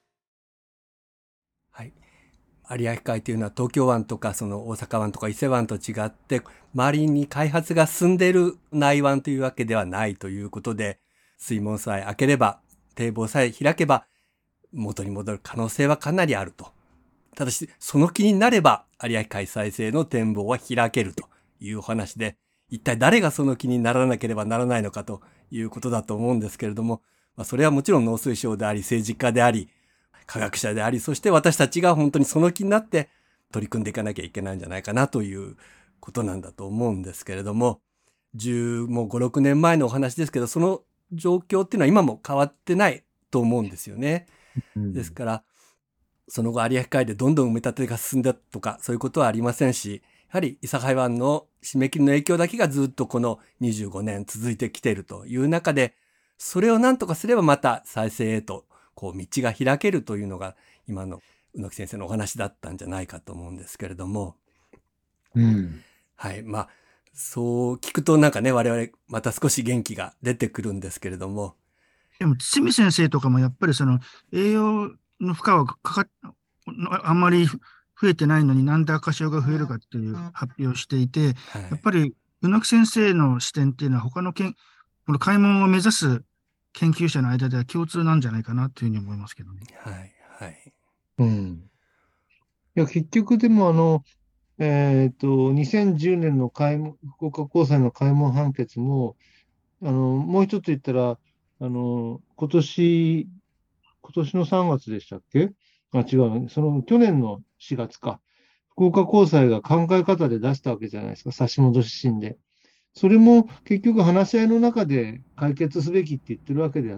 B: はい。有明海というのは東京湾とかその大阪湾とか伊勢湾と違って、周りに開発が進んでいる内湾というわけではないということで、水門さえ開ければ、堤防さえ開けば、元に戻る可能性はかなりあると。ただし、その気になれば、有明海再生の展望は開けるというお話で、一体誰がその気にならなければならないのかということだと思うんですけれども、まあ、それはもちろん農水省であり、政治家であり、科学者であり、そして私たちが本当にその気になって取り組んでいかなきゃいけないんじゃないかなということなんだと思うんですけれども、じゅう、もうご、ろくねんまえのお話ですけど、その状況っていうのは今も変わってないと思うんですよね。うん、ですから、その後有明海でどんどん埋め立てが進んだとか、そういうことはありませんし、やはり諫早湾の締め切りの影響だけがずっとこのにじゅうごねん続いてきているという中で、それを何とかすればまた再生へとこう道が開けるというのが今の宇野木先生のお話だったんじゃないかと思うんですけれども、うん、はい、まあそう聞くとなんかね、我々また少し元気が出てくるんですけれども、
D: でも堤先生とかもやっぱりその栄養の負荷はかかあんまり増えてないのになんで赤潮が増えるかっていう発表をしていて、はい、やっぱり宇野木先生の視点っていうのは他のけんこの開門を目指す研究者の間では共通なんじゃないかなというふうに思いますけどね。
B: はいはい。
C: うん。いや結局でもあのえっとにせんじゅうねんの開門福岡高裁の開門判決もあのもう一つ言ったらあの今年今年のさんがつでしたっけ？あ、違う、その去年のしがつか。福岡高裁が考え方で出したわけじゃないですか、差し戻し審で。それも結局話し合いの中で解決すべきって言ってるわけであって、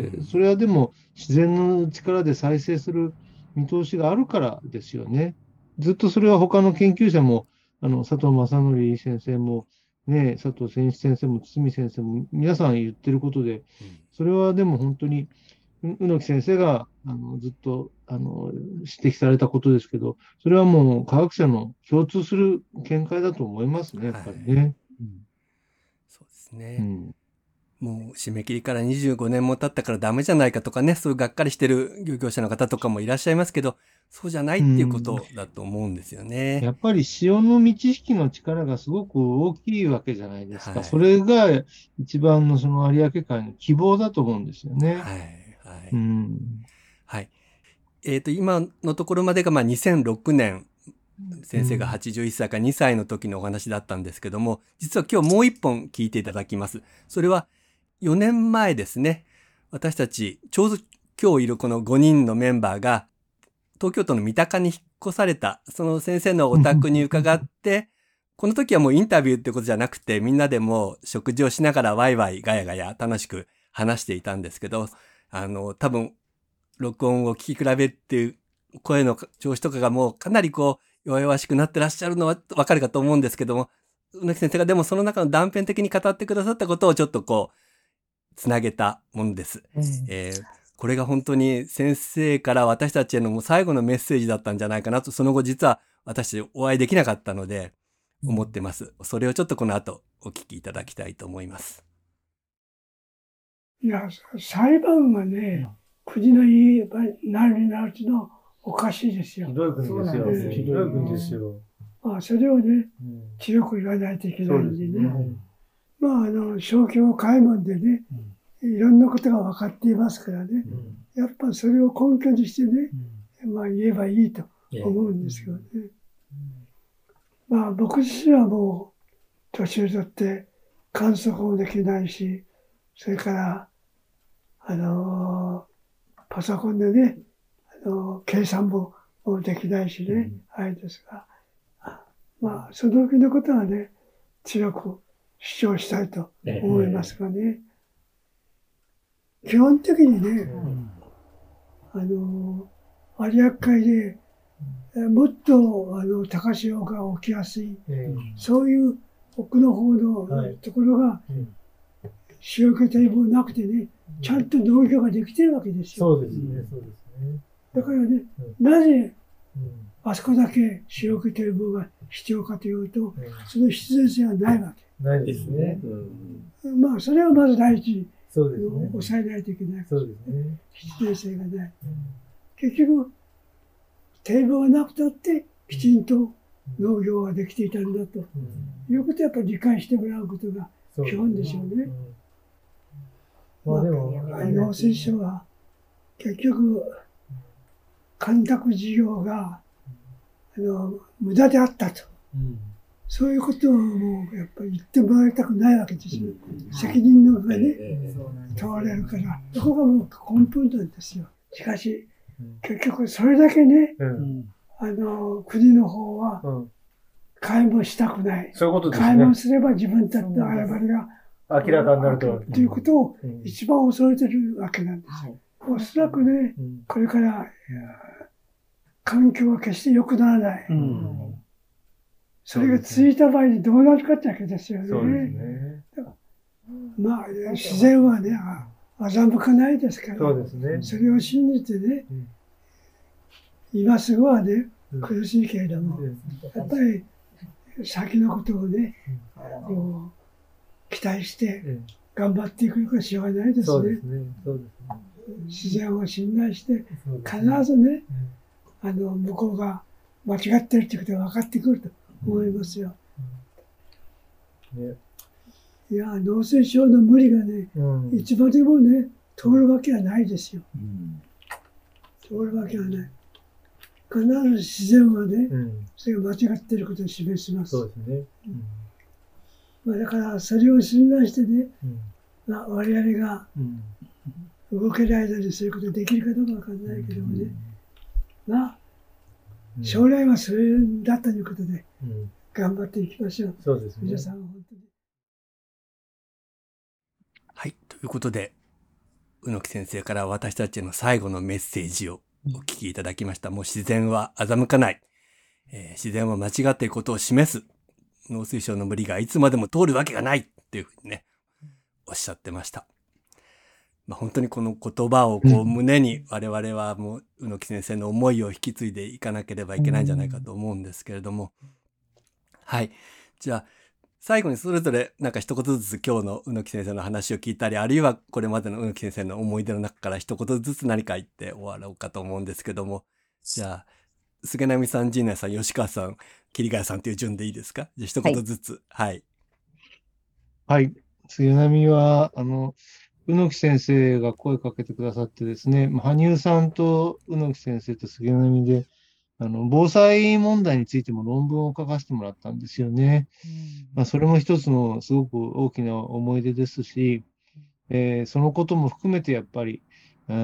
C: それはでも自然の力で再生する見通しがあるからですよね。ずっとそれは他の研究者も、あの佐藤正則先生も、ね、佐藤千一先生も堤先生も皆さん言ってることで、それはでも本当に宇野木先生があのずっとあの指摘されたことですけど、それはもう科学者の共通する見解だと思いますね、やっぱりね。はい、うん、
B: そうですね、うん。もう締め切りからにじゅうごねんも経ったからダメじゃないかとかね、そういうがっかりしてる漁業者の方とかもいらっしゃいますけど、そうじゃないっていうことだと思うんですよね。
C: うん、やっぱり潮の満ち引きの力がすごく大きいわけじゃないですか。はい、それが一番のその有明海の希望だと思うんですよね。
B: はいはい。うん、はい。えっと、今のところまでがまあにせんろくねん、先生がはちじゅういっさいかにさいの時のお話だったんですけども、実は今日もう一本聞いていただきます。それはよねんまえですね。私たち、ちょうど今日いるこのごにんのメンバーが、東京都の三鷹に引っ越された、その先生のお宅に伺って、この時はもうインタビューってことじゃなくて、みんなでもう食事をしながらワイワイガヤガヤ楽しく話していたんですけど、あの、多分、録音を聞き比べっていう声の調子とかがもうかなりこう弱々しくなってらっしゃるのはわかるかと思うんですけども、宇野木先生がでもその中の断片的に語ってくださったことをちょっとこうつなげたものです、うん、えー、これが本当に先生から私たちへのもう最後のメッセージだったんじゃないかなと、その後実は私お会いできなかったので思ってます、うん、それをちょっとこの後お聞きいただきたいと思います。
G: いや、裁判はね、国の言えば何になるのおかしいですよ。
H: ひどい国ですよ。ひどい国ですよ。
G: まあ、それをね、強く言わないといけないんでね。まあ、あの、勝共開門でね、いろんなことが分かっていますからね、やっぱそれを根拠にしてね、まあ言えばいいと思うんですけどね。まあ、僕自身はもう、年を取って観測もできないし、それから、あのー、 パソコンでね、あの計算もできないしね、うん、あれですが、まあ、その時のことはね、強く主張したいと思いますがね、えー、基本的にね、うん、あの、有明海でもっとあの高潮が起きやすい、うん、そういう奥の方のところが、はい、潮気堤防なくてね、ちゃんと農業ができてるわけですよ。
H: そうですね、そうですね。
G: だからね、うん、なぜ、あそこだけ潮気堤防が必要かというと、うん、その必然性はないわけ。
H: ないですね。
G: うん、まあ、それはまず第一に、
H: そうですね、
G: 抑えないといけない。
H: そうですね。
G: 必然性がない。うん、結局、堤防がなくたってきちんと農業ができていたんだと、うん、いうことをやっぱり理解してもらうことが基本でしょうね。うん、まあでも、まあ、農水省は結局、干拓事業があの無駄であったと、うん、そういうことをもうやっぱり言ってもらいたくないわけですよ。うん、責任の上ね、問われるから、そこがもう根本なんですよ。しかし、結局それだけね、うん、あの国の方は開門したくない。
H: そういうことですね。
G: 開門すれば自分たちの誤りが
H: 明らかになると。
G: ということを一番恐れてるわけなんです。うん、おそらくね、うん、これから環境は決して良くならない。うん、それが続いた場合にどうなるかってわけですよね。そうですね。まあ自然はね、欺かないですから、
H: そうですね、
G: それを信じてね、うん、今すぐはね、苦しいけれども、うん、やっぱり先のことをね、うん、期待して頑張っていくのがしようがないですね。
H: そうですね、そうですね。
G: 自然を信頼して、必ずね、あの向こうが間違ってるということが分かってくると思いますよ。うんね、いや、農水省の無理がね、うん、いつまでもね、通るわけはないですよ。うん、通るわけはない。必ず自然はね、うん、それが間違っていることを示します。
H: そうですね。
G: うん、まあ、だから、それを信頼してね、うん、まあ、我々が動ける間にそういうことができるかどうかわからないけどもね、うん、まあ、将来はそれだということで、頑張っていきましょう。
H: そうですね。
G: 皆さん本当に。
B: はい。ということで、宇木先生から私たちへの最後のメッセージをお聞きいただきました。もう自然は欺かない。えー、自然は間違っていることを示す。農水省の無理がいつまでも通るわけがないっていうふうにね、おっしゃってました。まあ、本当にこの言葉をこう胸に我々はもう宇木先生の思いを引き継いでいかなければいけないんじゃないかと思うんですけれども。はい。じゃあ、最後にそれぞれなんか一言ずつ今日の宇木先生の話を聞いたり、あるいはこれまでの宇木先生の思い出の中から一言ずつ何か言って終わろうかと思うんですけども。じゃあ、菅波さん、陣内さん、吉川さん、桐ヶ谷さんという順でいいですか？じゃあ一言ずつ。はい。
C: はい。菅波は、あの、宇木先生が声かけてくださってですね、羽生さんと宇木先生と菅波で、あの、防災問題についても論文を書かせてもらったんですよね。まあ、それも一つのすごく大きな思い出ですし、えー、そのことも含めてやっぱり、うん、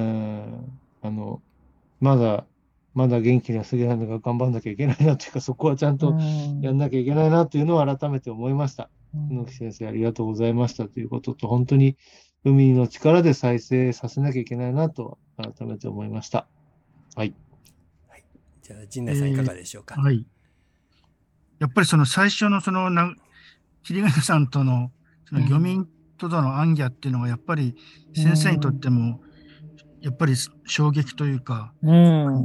C: あの、まだ、まだ元気な菅波が頑張んなきゃいけないなというか、そこはちゃんとやんなきゃいけないなというのを改めて思いました。宇木先生ありがとうございましたということと、本当に海の力で再生させなきゃいけないなと改めて思いました。はい。
B: はい、じゃあ、陣内さんいかがでしょうか。
D: えー、はい。やっぱりその最初のそのな、桐ヶ谷さんとのその漁民との暗夜っていうのがやっぱり先生にとってもやっぱり衝撃というか、うん、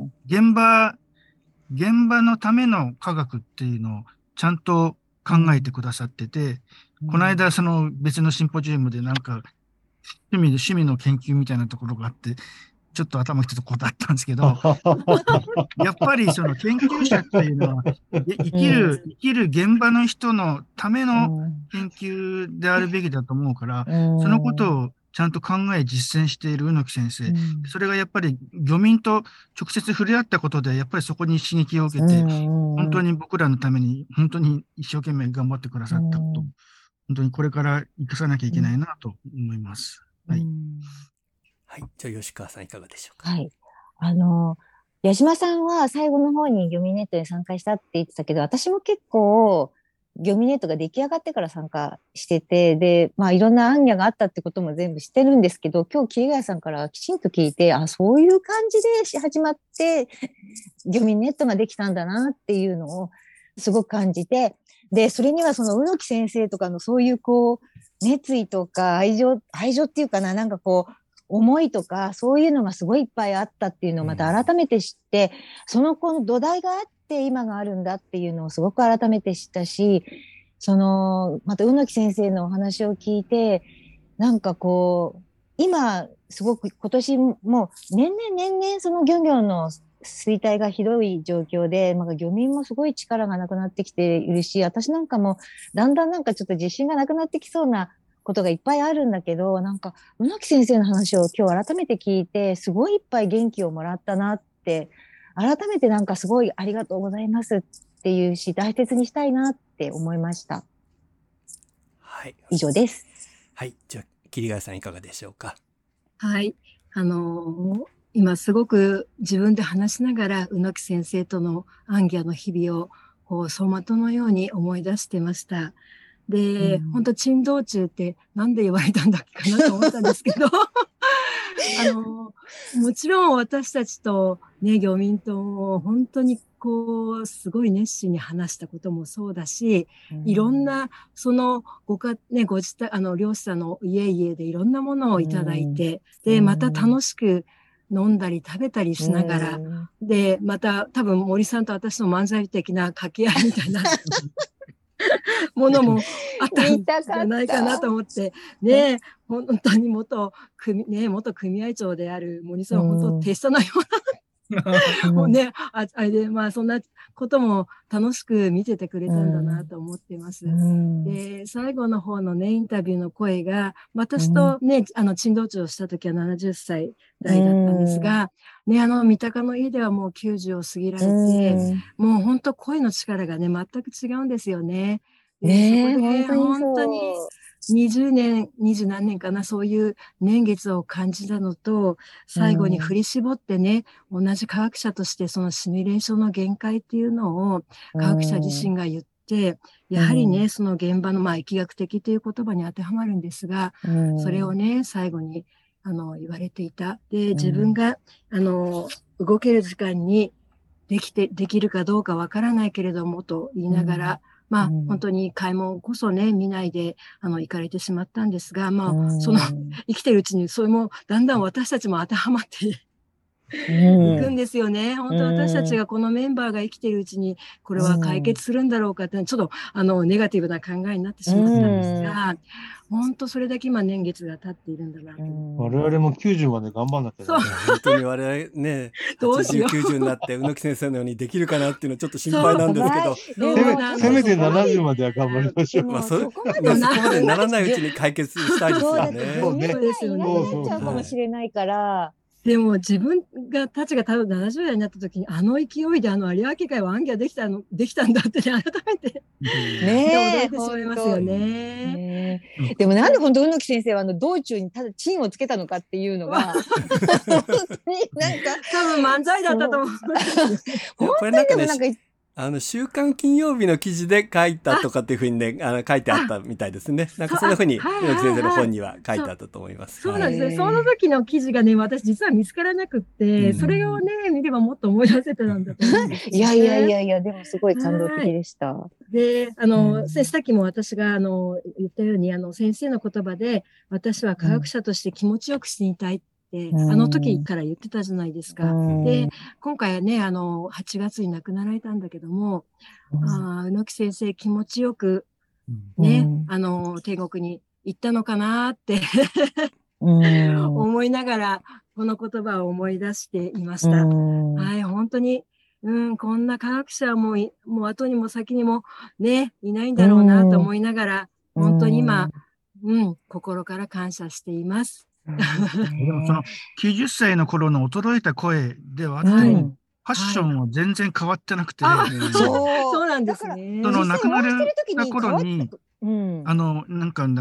D: 現場、現場のための科学っていうのをちゃんと考えてくださってて、うん、この間その別のシンポジウムでなんか趣味で趣味の研究みたいなところがあって、ちょっと頭きてたことあったんですけど、やっぱりその研究者っていうのは、生きる、生きる現場の人のための研究であるべきだと思うから、そのことをちゃんと考え実践している宇木先生、それがやっぱり漁民と直接触れ合ったことで、やっぱりそこに刺激を受けて、本当に僕らのために、本当に一生懸命頑張ってくださったこと、本当にこれから生かさなきゃいけないなと思います。はい。
B: ははい。じゃあ、吉川さんいかがでしょうか。
E: はい。あの、矢島さんは最後の方にギョミネットに参加したって言ってたけど、私も結構、ギョミネットが出来上がってから参加してて、で、まあいろんなアンギャがあったってことも全部知ってるんですけど、今日桐ヶ谷さんからきちんと聞いて、あ、そういう感じで始まって、ギョミネットができたんだなっていうのをすごく感じて、で、それにはその宇木先生とかのそういうこう、熱意とか愛情、愛情っていうかな、なんかこう、思いとか、そういうのがすごいいっぱいあったっていうのをまた改めて知って、そのこの土台があって今があるんだっていうのをすごく改めて知ったし、その、また宇木先生のお話を聞いて、なんかこう、今、すごく今年も年々年々その漁業の衰退がひどい状況で、まあ、漁民もすごい力がなくなってきているし、私なんかもだんだんなんかちょっと自信がなくなってきそうなことがいっぱいあるんだけど、なんか宇木先生の話を今日改めて聞いて、すごいいっぱい元気をもらったなって、改めてなんかすごいありがとうございますっていうし、大切にしたいなって思いました。
B: はい。
E: 以上です。
B: はい。じゃあ、桐ヶ谷さんいかがでしょうか。
F: はい。あのー、今すごく自分で話しながら、宇木先生とのアンギャの日々をこう走馬灯のように思い出してました。で、本当珍道中ってなんで言われたんだっけかなと思ったんですけど、あの、もちろん私たちとね、漁民とも本当にこう、すごい熱心に話したこともそうだし、いろんな、そのごか、ね、ご自宅、あの、漁師さんの家々でいろんなものをいただいて、で、また楽しく飲んだり食べたりしながら、で、また多分森さんと私の漫才的な掛け合いみたいな、ものもあったんじゃないかなと思って、ね、本当に元組、ね、元組合長である森さん、本当手下のような、もうね、あ、あれで、まあそんなことも楽しく見ててくれたんだなと思ってます。で、最後の方のね、インタビューの声が、私とね、あの、珍道中をした時はななじゅっさい代だったんですが、ね、あの、三鷹の家ではもうきゅうじゅうを過ぎられて、もう本当声の力がね、全く違うんですよね。
E: ねえ、
F: そこで
E: 本
F: 本当ににじゅうねん、にじゅう何年かな、そういう年月を感じたのと、最後に振り絞ってね、同じ科学者としてそのシミュレーションの限界っていうのを科学者自身が言って、やはりね、その現場のまあ疫学的という言葉に当てはまるんですが、それをね、最後にあの言われていた。で、自分があの動ける時間にできて、できるかどうかわからないけれどもと言いながら、まあ、本当に開門こそね、見ないで、あの、行かれてしまったんですが、まあ、その、生きてるうちに、それも、だんだん私たちも当てはまっていくんですよね。本当私たちがこのメンバーが生きてるうちに、これは解決するんだろうかって、ちょっと、あの、ネガティブな考えになってしまったんですが、本当それだけ今年月が経っているんだなと。
C: 我々もきゅうじゅうまで頑張んなきゃね。
B: 本当に我々ね、はちじゅう、きゅうじゅうになって、宇木先生のようにできるかなっていうのはちょっと心配なんですけど。
C: せめ、せめてななじゅうまでは頑張りましょう。
B: まあ、そこまでならないうちに解決したいですよね。
E: そうね。いなくなっちゃうかもしれないから。
F: でも自分が、たちが多分ななじゅう代になった時に、あの勢いであの有明海はアンギャできたの、できたんだってね、改めて。ねえ。驚いてしまいますよね。
E: でもなんで本当、宇木先生はあの道中にただチンをつけたのかっていうのが、本当になんか。
F: 多分漫才だったと思う。
B: これなんかね、あの、週刊金曜日の記事で書いたとかっていうふうにね、あの、書いてあったみたいですね。なんかそんなふうに、宇木先生の本には書いてあったと思います。
F: そうなんですね。その時の記事がね、私実は見つからなくって、それをね、見ればもっと思い出せてたんだと思うんです。
E: いやいやいやいや、でもすごい感動的でした。
F: で、あの、さっきも私が、あの、言ったように、あの、先生の言葉で、私は科学者として気持ちよく死にたい。あの時から言ってたじゃないですか。で、今回はね、あの、はちがつに亡くなられたんだけども、あ宇木先生気持ちよく、ね、あの、天国に行ったのかなって思いながら、この言葉を思い出していました。はい、本当に、うん、こんな科学者はもう、もう後にも先にもね、いないんだろうなと思いながら、本当に今、うん、心から感謝しています。
D: でもそのきゅうじゅっさいの頃の衰えた声ではあっても、はい、ファッションは全然変わってなくて、
F: はい、そうなんですね。
D: その亡くなった頃に、うん、あの、なんかな、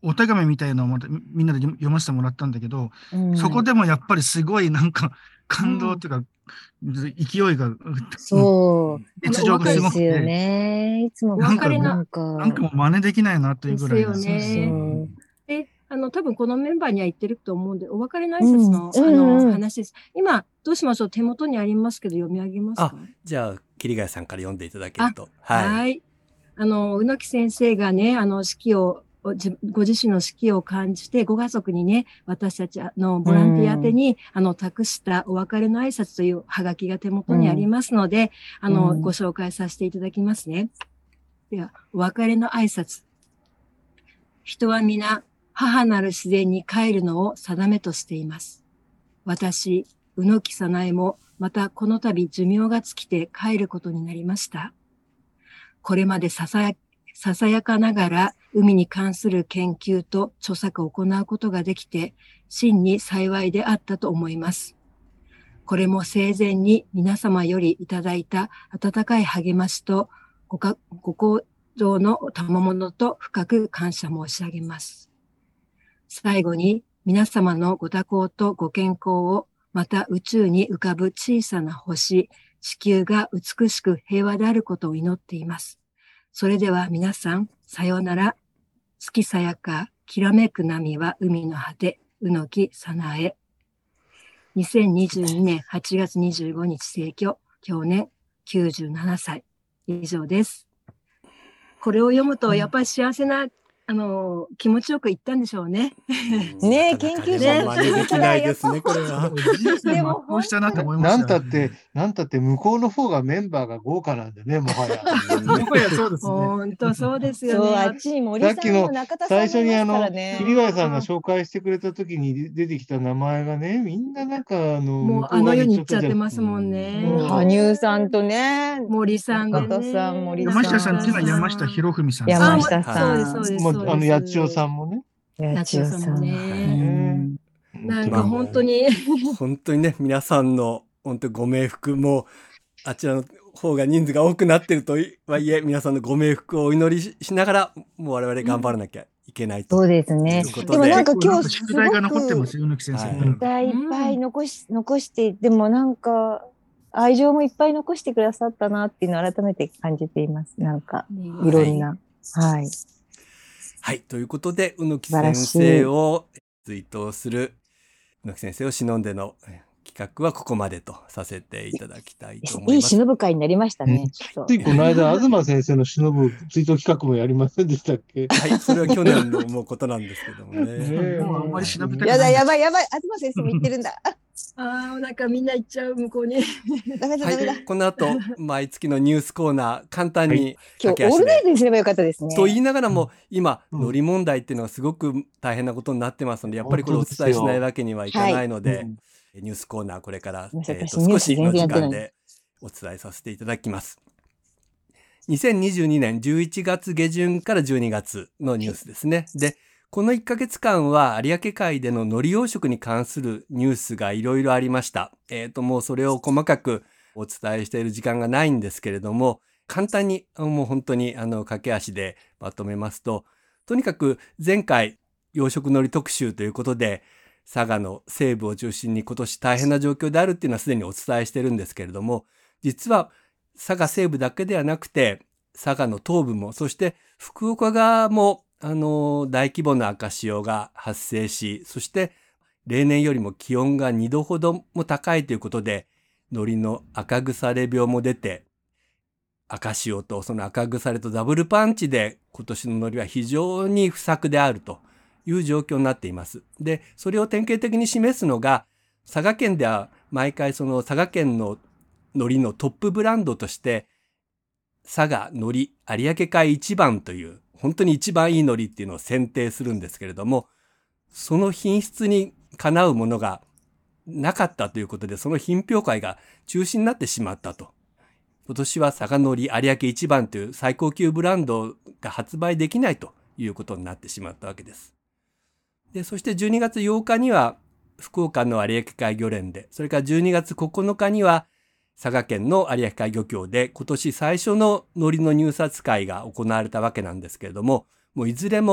D: お手紙みたいなのをまたみんなで読ませてもらったんだけど、
E: うん、
D: そこでもやっぱりすごいなんか感動っていうか、うん、勢いが、
E: そう。
D: 熱情がすごくて。
E: ですよね。いつも
D: なんか、
E: なんか、
D: なんかもう真似できないなというぐらい。
F: ですよね。
E: そう
F: で、あの、多分このメンバーには言ってると思うんで、お別れの挨拶の、
E: うん、
F: あの、
E: うん、
F: 話です。今、どうしましょう？手元にありますけど、読み上げますか？
B: あ、じゃあ、桐ヶ谷さんから読んでいただけると。はい。
F: はい。あの、宇野木先生がね、あの、指揮を、ご自身の指揮を感じて、ご家族にね、私たちのボランティア宛てに、あの、託したお別れの挨拶というハガキが手元にありますので、あの、ご紹介させていただきますね。では、お別れの挨拶。人は皆、母なる自然に帰るのを定めとしています。私、宇野木早苗も、またこの度寿命が尽きて帰ることになりました。これまでささや、ささやかながら海に関する研究と著作を行うことができて、真に幸いであったと思います。これも生前に皆様よりいただいた温かい励ましとごか、ご好情の賜物と深く感謝申し上げます。最後に皆様のご多幸とご健康を、また宇宙に浮かぶ小さな星、地球が美しく平和であることを祈っています。それでは皆さん、さようなら。月さやか、きらめく波は海の果て、宇野木早苗。にせんにじゅうにねんはちがつにじゅうごにち逝去、享年きゅうじゅうななさい。以上です。これを読むと、やっぱり幸せな、あの、気持ちよく言ったんでしょうね。
E: ねえ、研究者
B: 真似できないですね、これは。
D: でも、こうしたなと思いま
C: な
D: した。
C: んたって、なんたって向こうの方がメンバーが豪華なんでね、もはや。
D: もはやそうですね。
F: 本当そうですよ
E: そう、
F: ね。
E: あっちに森さんも中田さんもい
C: 最初にあの、
E: ますからね。
C: 桐ヶ谷さんが紹介してくれた時に出てきた名前がね、みんななんかあの、
F: もうあの世に行っちゃってますもんね。
E: 羽生さんとね、
F: 森さんでね。
E: 中田さん、森さん。
D: 山下さんっていうのは山下博文さん。
E: 山下さん。
F: そうです、
C: も
F: そうです。
C: あの、八千代さんもね。
E: 八千代さんもね。
F: なんか本当に。
B: 本当にね、皆さんの本当にご冥福も、あちらの方が人数が多くなってるとはいえ、皆さんのご冥福をお祈り し, しながら、もう我々頑張らなきゃいけないと、
E: うん、そうですね。でもなんか今日すごく、
D: 宿題が残ってますよ、宇野木先生。
E: 宿題いっぱい残し、残して、でもなんか、愛情もいっぱい残してくださったなっていうのを改めて感じています。なんか、いろんな。はい。はい
B: はい。ということで、宇野木先生を追悼する、宇野木先生を忍んでの企画はここまでとさせていただきたいと思います。
E: いい忍ぶ会になりましたね。
C: ついこの間、東先生の忍ぶ追悼企画もやりませんでしたっけ？
B: はい。それは去年の思うことなんですけどもね。
D: もうあんまり忍びたくない。
E: やだ、やばい、やばい。東先生も言ってるんだ。
F: ああ、なんかみんな行っちゃう、向こうに。
E: ダメだ、ダメだ。
B: はい、この後、毎月のニュースコーナー、簡単に
E: 今日、オールナイトにすればよかったですね。
B: と言いながらも、今、ノリ問題っていうのはすごく大変なことになってますので、やっぱりこれをお伝えしないわけにはいかないので、ニュースコーナー、これから、えー、と少しの時間でお伝えさせていただきます。にせんにじゅうにねんじゅういちがつげじゅんからじゅうにがつのニュースですね。で、このいっかげつかんは有明海での海苔養殖に関するニュースがいろいろありました。えっと、もうそれを細かくお伝えしている時間がないんですけれども、簡単に、もう本当にあの駆け足でまとめますと、とにかく前回養殖海苔特集ということで、佐賀の西部を中心に今年大変な状況であるっていうのはすでにお伝えしてるんですけれども、実は佐賀西部だけではなくて、佐賀の東部も、そして福岡側もあの大規模な赤潮が発生し、そして例年よりも気温がにどほども高いということで、海苔の赤腐れ病も出て、赤潮とその赤腐れとダブルパンチで今年の海苔は非常に不作であるという状況になっています。で、それを典型的に示すのが、佐賀県では毎回その佐賀県の海苔のトップブランドとして、佐賀海苔有明海一番という本当に一番いい海苔っていうのを選定するんですけれども、その品質にかなうものがなかったということで、その品評会が中止になってしまったと。今年は佐賀海苔有明一番という最高級ブランドが発売できないということになってしまったわけです。で、そしてじゅうにがつようかには福岡の有明海漁連で、それからじゅうにがつここのかには佐賀県の有明海漁協で今年最初の海苔の入札会が行われたわけなんですけれども、もういずれも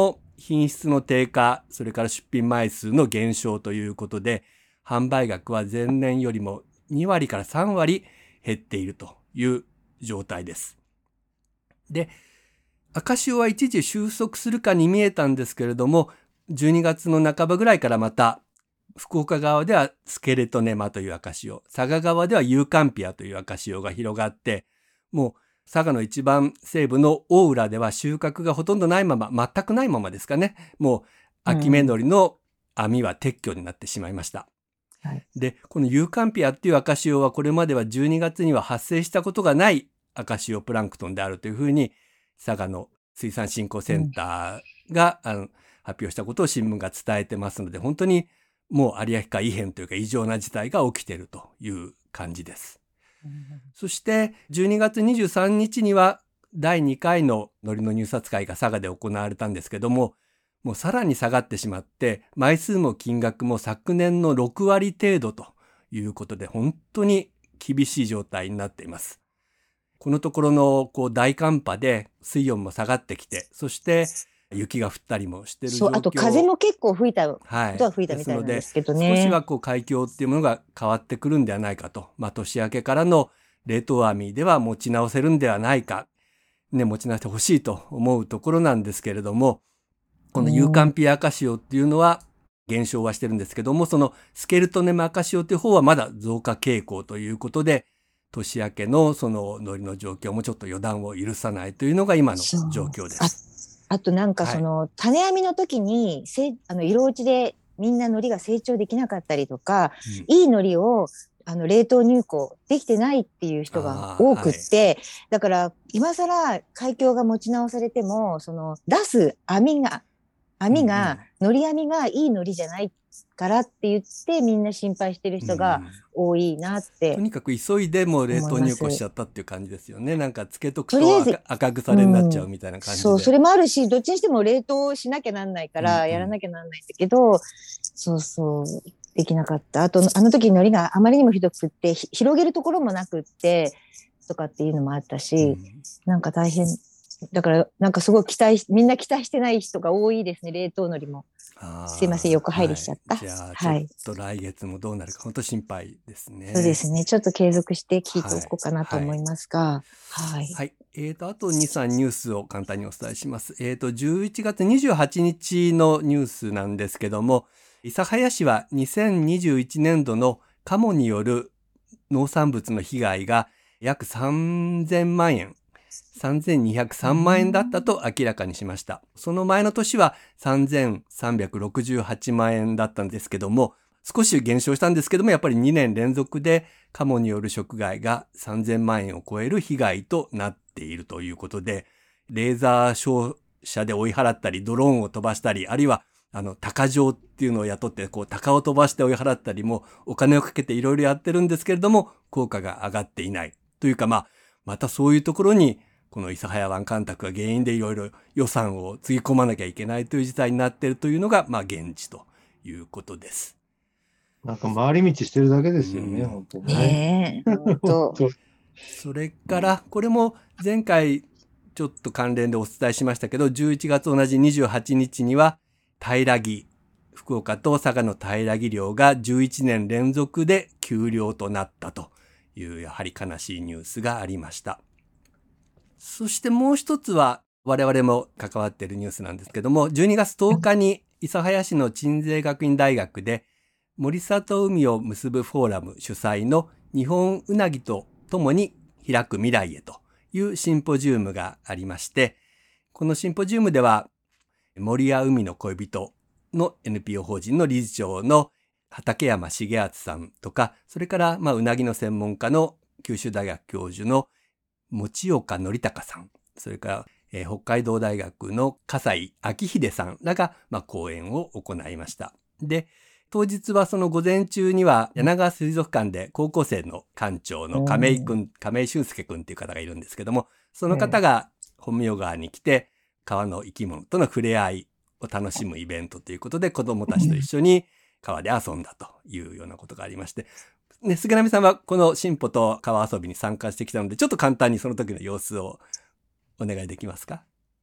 B: 品質の低下、それから出品枚数の減少ということで、販売額は前年よりもにわりからさんわり減っているという状態です。で、赤潮は一時収束するかに見えたんですけれども、じゅうにがつの半ばぐらいからまた、福岡側ではスケレトネマという赤潮、佐賀側ではユーカンピアという赤潮が広がって、もう佐賀の一番西部の大浦では収穫がほとんどないまま、全くないままですかね。もう秋芽のりの網は撤去になってしまいました。うんはい、で、このユーカンピアっていう赤潮はこれまではじゅうにがつには発生したことがない赤潮プランクトンであるというふうに、佐賀の水産振興センターが、うん、あの発表したことを新聞が伝えてますので、本当にもう有明海異変というか異常な事態が起きているという感じです。うん、そしてじゅうにがつにじゅうさんにちにはだいにかいの海苔の入札会が佐賀で行われたんですけども、もうさらに下がってしまって、枚数も金額も昨年のろくわり程度ということで、本当に厳しい状態になっています。このところのこう大寒波で水温も下がってきて、そして雪が降ったりもしている状況。
E: そう、あと風も結構吹いたことは吹いたみたいなんですけどね。
B: はい、少しはこう海峡っていうものが変わってくるんではないかと。まあ年明けからの冷凍網では持ち直せるんではないか。ね、持ち直してほしいと思うところなんですけれども、このユーカンピア赤潮っていうのは減少はしてるんですけども、そのスケルトネマ赤潮という方はまだ増加傾向ということで、年明けのその海苔の状況もちょっと予断を許さないというのが今の状況です。
E: あとなんかその、はい、種編みの時にせあの色落ちでみんな海苔が成長できなかったりとか、うん、いい海苔をあの冷凍入庫できてないっていう人が多くって、はい、だから今更海峡が持ち直されてもその出す網が網が、うん、海苔網がいい海苔じゃないからって言ってみんな心配してる人が多いなって、
B: うん、とにかく急いでもう冷凍入庫しちゃったっていう感じですよね。なんかつけとくと赤、赤腐れになっちゃうみたいな感じで、
E: うん、そうそれもあるし、どっちにしても冷凍しなきゃなんないからやらなきゃなんないんだけど、うんうん、そうそうできなかった。あとあの時海苔があまりにもひどくって広げるところもなくってとかっていうのもあったし、うん、なんか大変だから、なんかすごい期待みんな期待してない人が多いですね。冷凍海苔も。すいません、横入りしちゃった。
B: はい、じゃあ、はい、ちょっと来月もどうなるか、本当心配ですね。
E: そうですね。ちょっと継続して聞いておこうかなと思いますが。はい。はい。
B: はい、えっ、ー、と、あとに、さんニュースを簡単にお伝えします。えっ、ー、と、じゅういちがつにじゅうはちにちのニュースなんですけども、諫早市はにせんにじゅういちねんどのカモによる農産物の被害が約さんぜんまんえん。さんぜんにひゃくさんまんえんだったと明らかにしました。その前の年はさんぜんさんびゃくろくじゅうはちまんえんだったんですけども、少し減少したんですけども、やっぱりにねん連続でカモによる食害がさんぜんまんえんを超える被害となっているということで、レーザー照射で追い払ったり、ドローンを飛ばしたり、あるいはあの鷹匠っていうのを雇ってこう鷹を飛ばして追い払ったりもお金をかけていろいろやってるんですけれども、効果が上がっていないというか、まあまたそういうところにこの諫早湾干拓が原因でいろいろ予算をつぎ込まなきゃいけないという事態になっているというのが、まあ現地ということです。
C: なんか回り道してるだけですよね、うん、本当にね。
E: 本当
B: それから、これも前回ちょっと関連でお伝えしましたけど、じゅういちがつ同じにじゅうはちにちには平木、福岡と佐賀の平木漁がじゅういちねん連続で休漁となったというやはり悲しいニュースがありました。そしてもう一つは我々も関わっているニュースなんですけども、じゅうにがつとおかに諫早市の鎮西学院大学で森里海を結ぶフォーラム主催の日本うなぎと共に開く未来へというシンポジウムがありまして、このシンポジウムでは森や海の恋人の エヌピーオー 法人の理事長の畠山重敦さんとか、それからまあうなぎの専門家の九州大学教授の持岡則隆さん、それから、えー、北海道大学の笠井明秀さんらが、まあ、講演を行いました。で、当日はその午前中には柳川水族館で高校生の館長の亀井くん、亀井俊介くんっていう方がいるんですけども、その方が本名川に来て川の生き物との触れ合いを楽しむイベントということで子どもたちと一緒に川で遊んだというようなことがありまして、ね、菅波さんはこの進歩と川遊びに参加してきたので、ちょっと簡単にその時の様子をお願いできますか？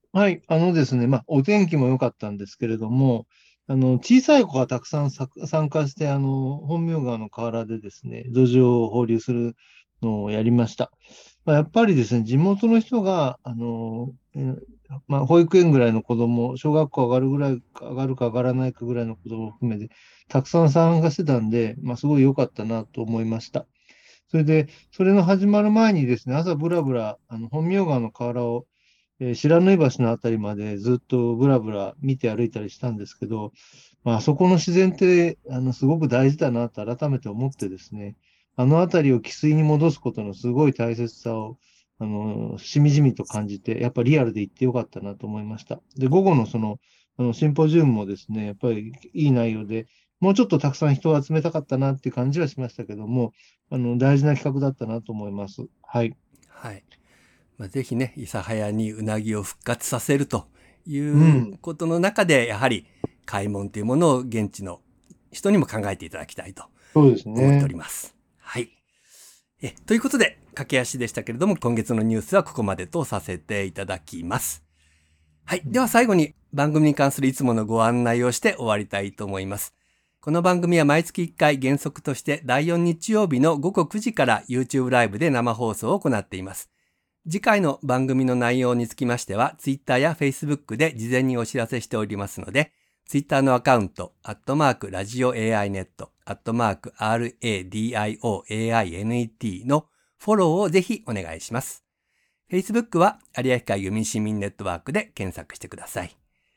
C: はい、あのですね、まあ、お天気も良かったんですけれども、あの、小さい子がたくさんさ参加して、あの、本名川の河原でですね、土壌を放流するのをやりました。まあ、やっぱりですね、地元の人が、あの、えーまあ、保育園ぐらいの子供、小学校上がるぐらい、上がるか上がらないかぐらいの子供を含めて、たくさん参加してたんで、まあ、すごい良かったなと思いました。それで、それの始まる前にですね、朝ブラブラ、あの、本名川の河原を、えー白縫橋のあたりまでずっとブラブラ見て歩いたりしたんですけど、まあ、あそこの自然って、あの、すごく大事だなと改めて思ってですね、あのあたりを汽水に戻すことのすごい大切さを、あの、しみじみと感じて、やっぱりリアルで行ってよかったなと思いました。で、午後のその、あの、シンポジウムもですね、やっぱりいい内容で、もうちょっとたくさん人を集めたかったなっていう感じはしましたけども、あの、大事な企画だったなと思います。はい。
B: はい。まあ、ぜひね、諫早にうなぎを復活させるということの中で、うん、やはり開門というものを現地の人にも考えていただきたいと思っております。はい。え、ということで、駆け足でしたけれども、今月のニュースはここまでとさせていただきます。はい。では最後に番組に関するいつものご案内をして終わりたいと思います。この番組は毎月いっかい原則としてだいよん日曜日のごごくじから YouTube ライブで生放送を行っています。次回の番組の内容につきましては、Twitter や Facebook で事前にお知らせしておりますので、Twitter のアカウント、アットマーク、ラジオ エーアイネット、アットマーク、アールエーディーアイオーエーアイエヌイーティー のフォローをぜひお願いします。Facebook は有明海漁民市民ネットワークで検索してください。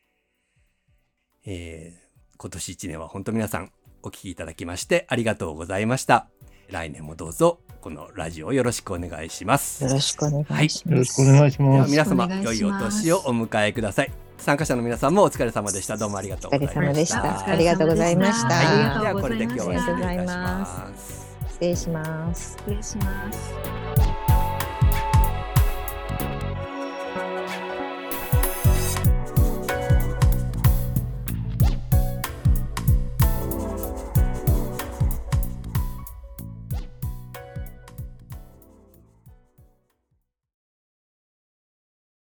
B: えー、今年いちねんは本当皆さんお聞きいただきましてありがとうございました。来年もどうぞこのラジオをよろしくお願いします。
E: よろしくお願いします。
C: はい、よろしくお願いします。
B: では皆様、良いお年をお迎えください。参加者の皆さんもお疲れ様でした。どうもありがとうございました。
E: お疲れ様でした。ありがとうございました。
B: はい、ではこれで今日は失礼いたします。
E: 失礼します。
F: 失礼します。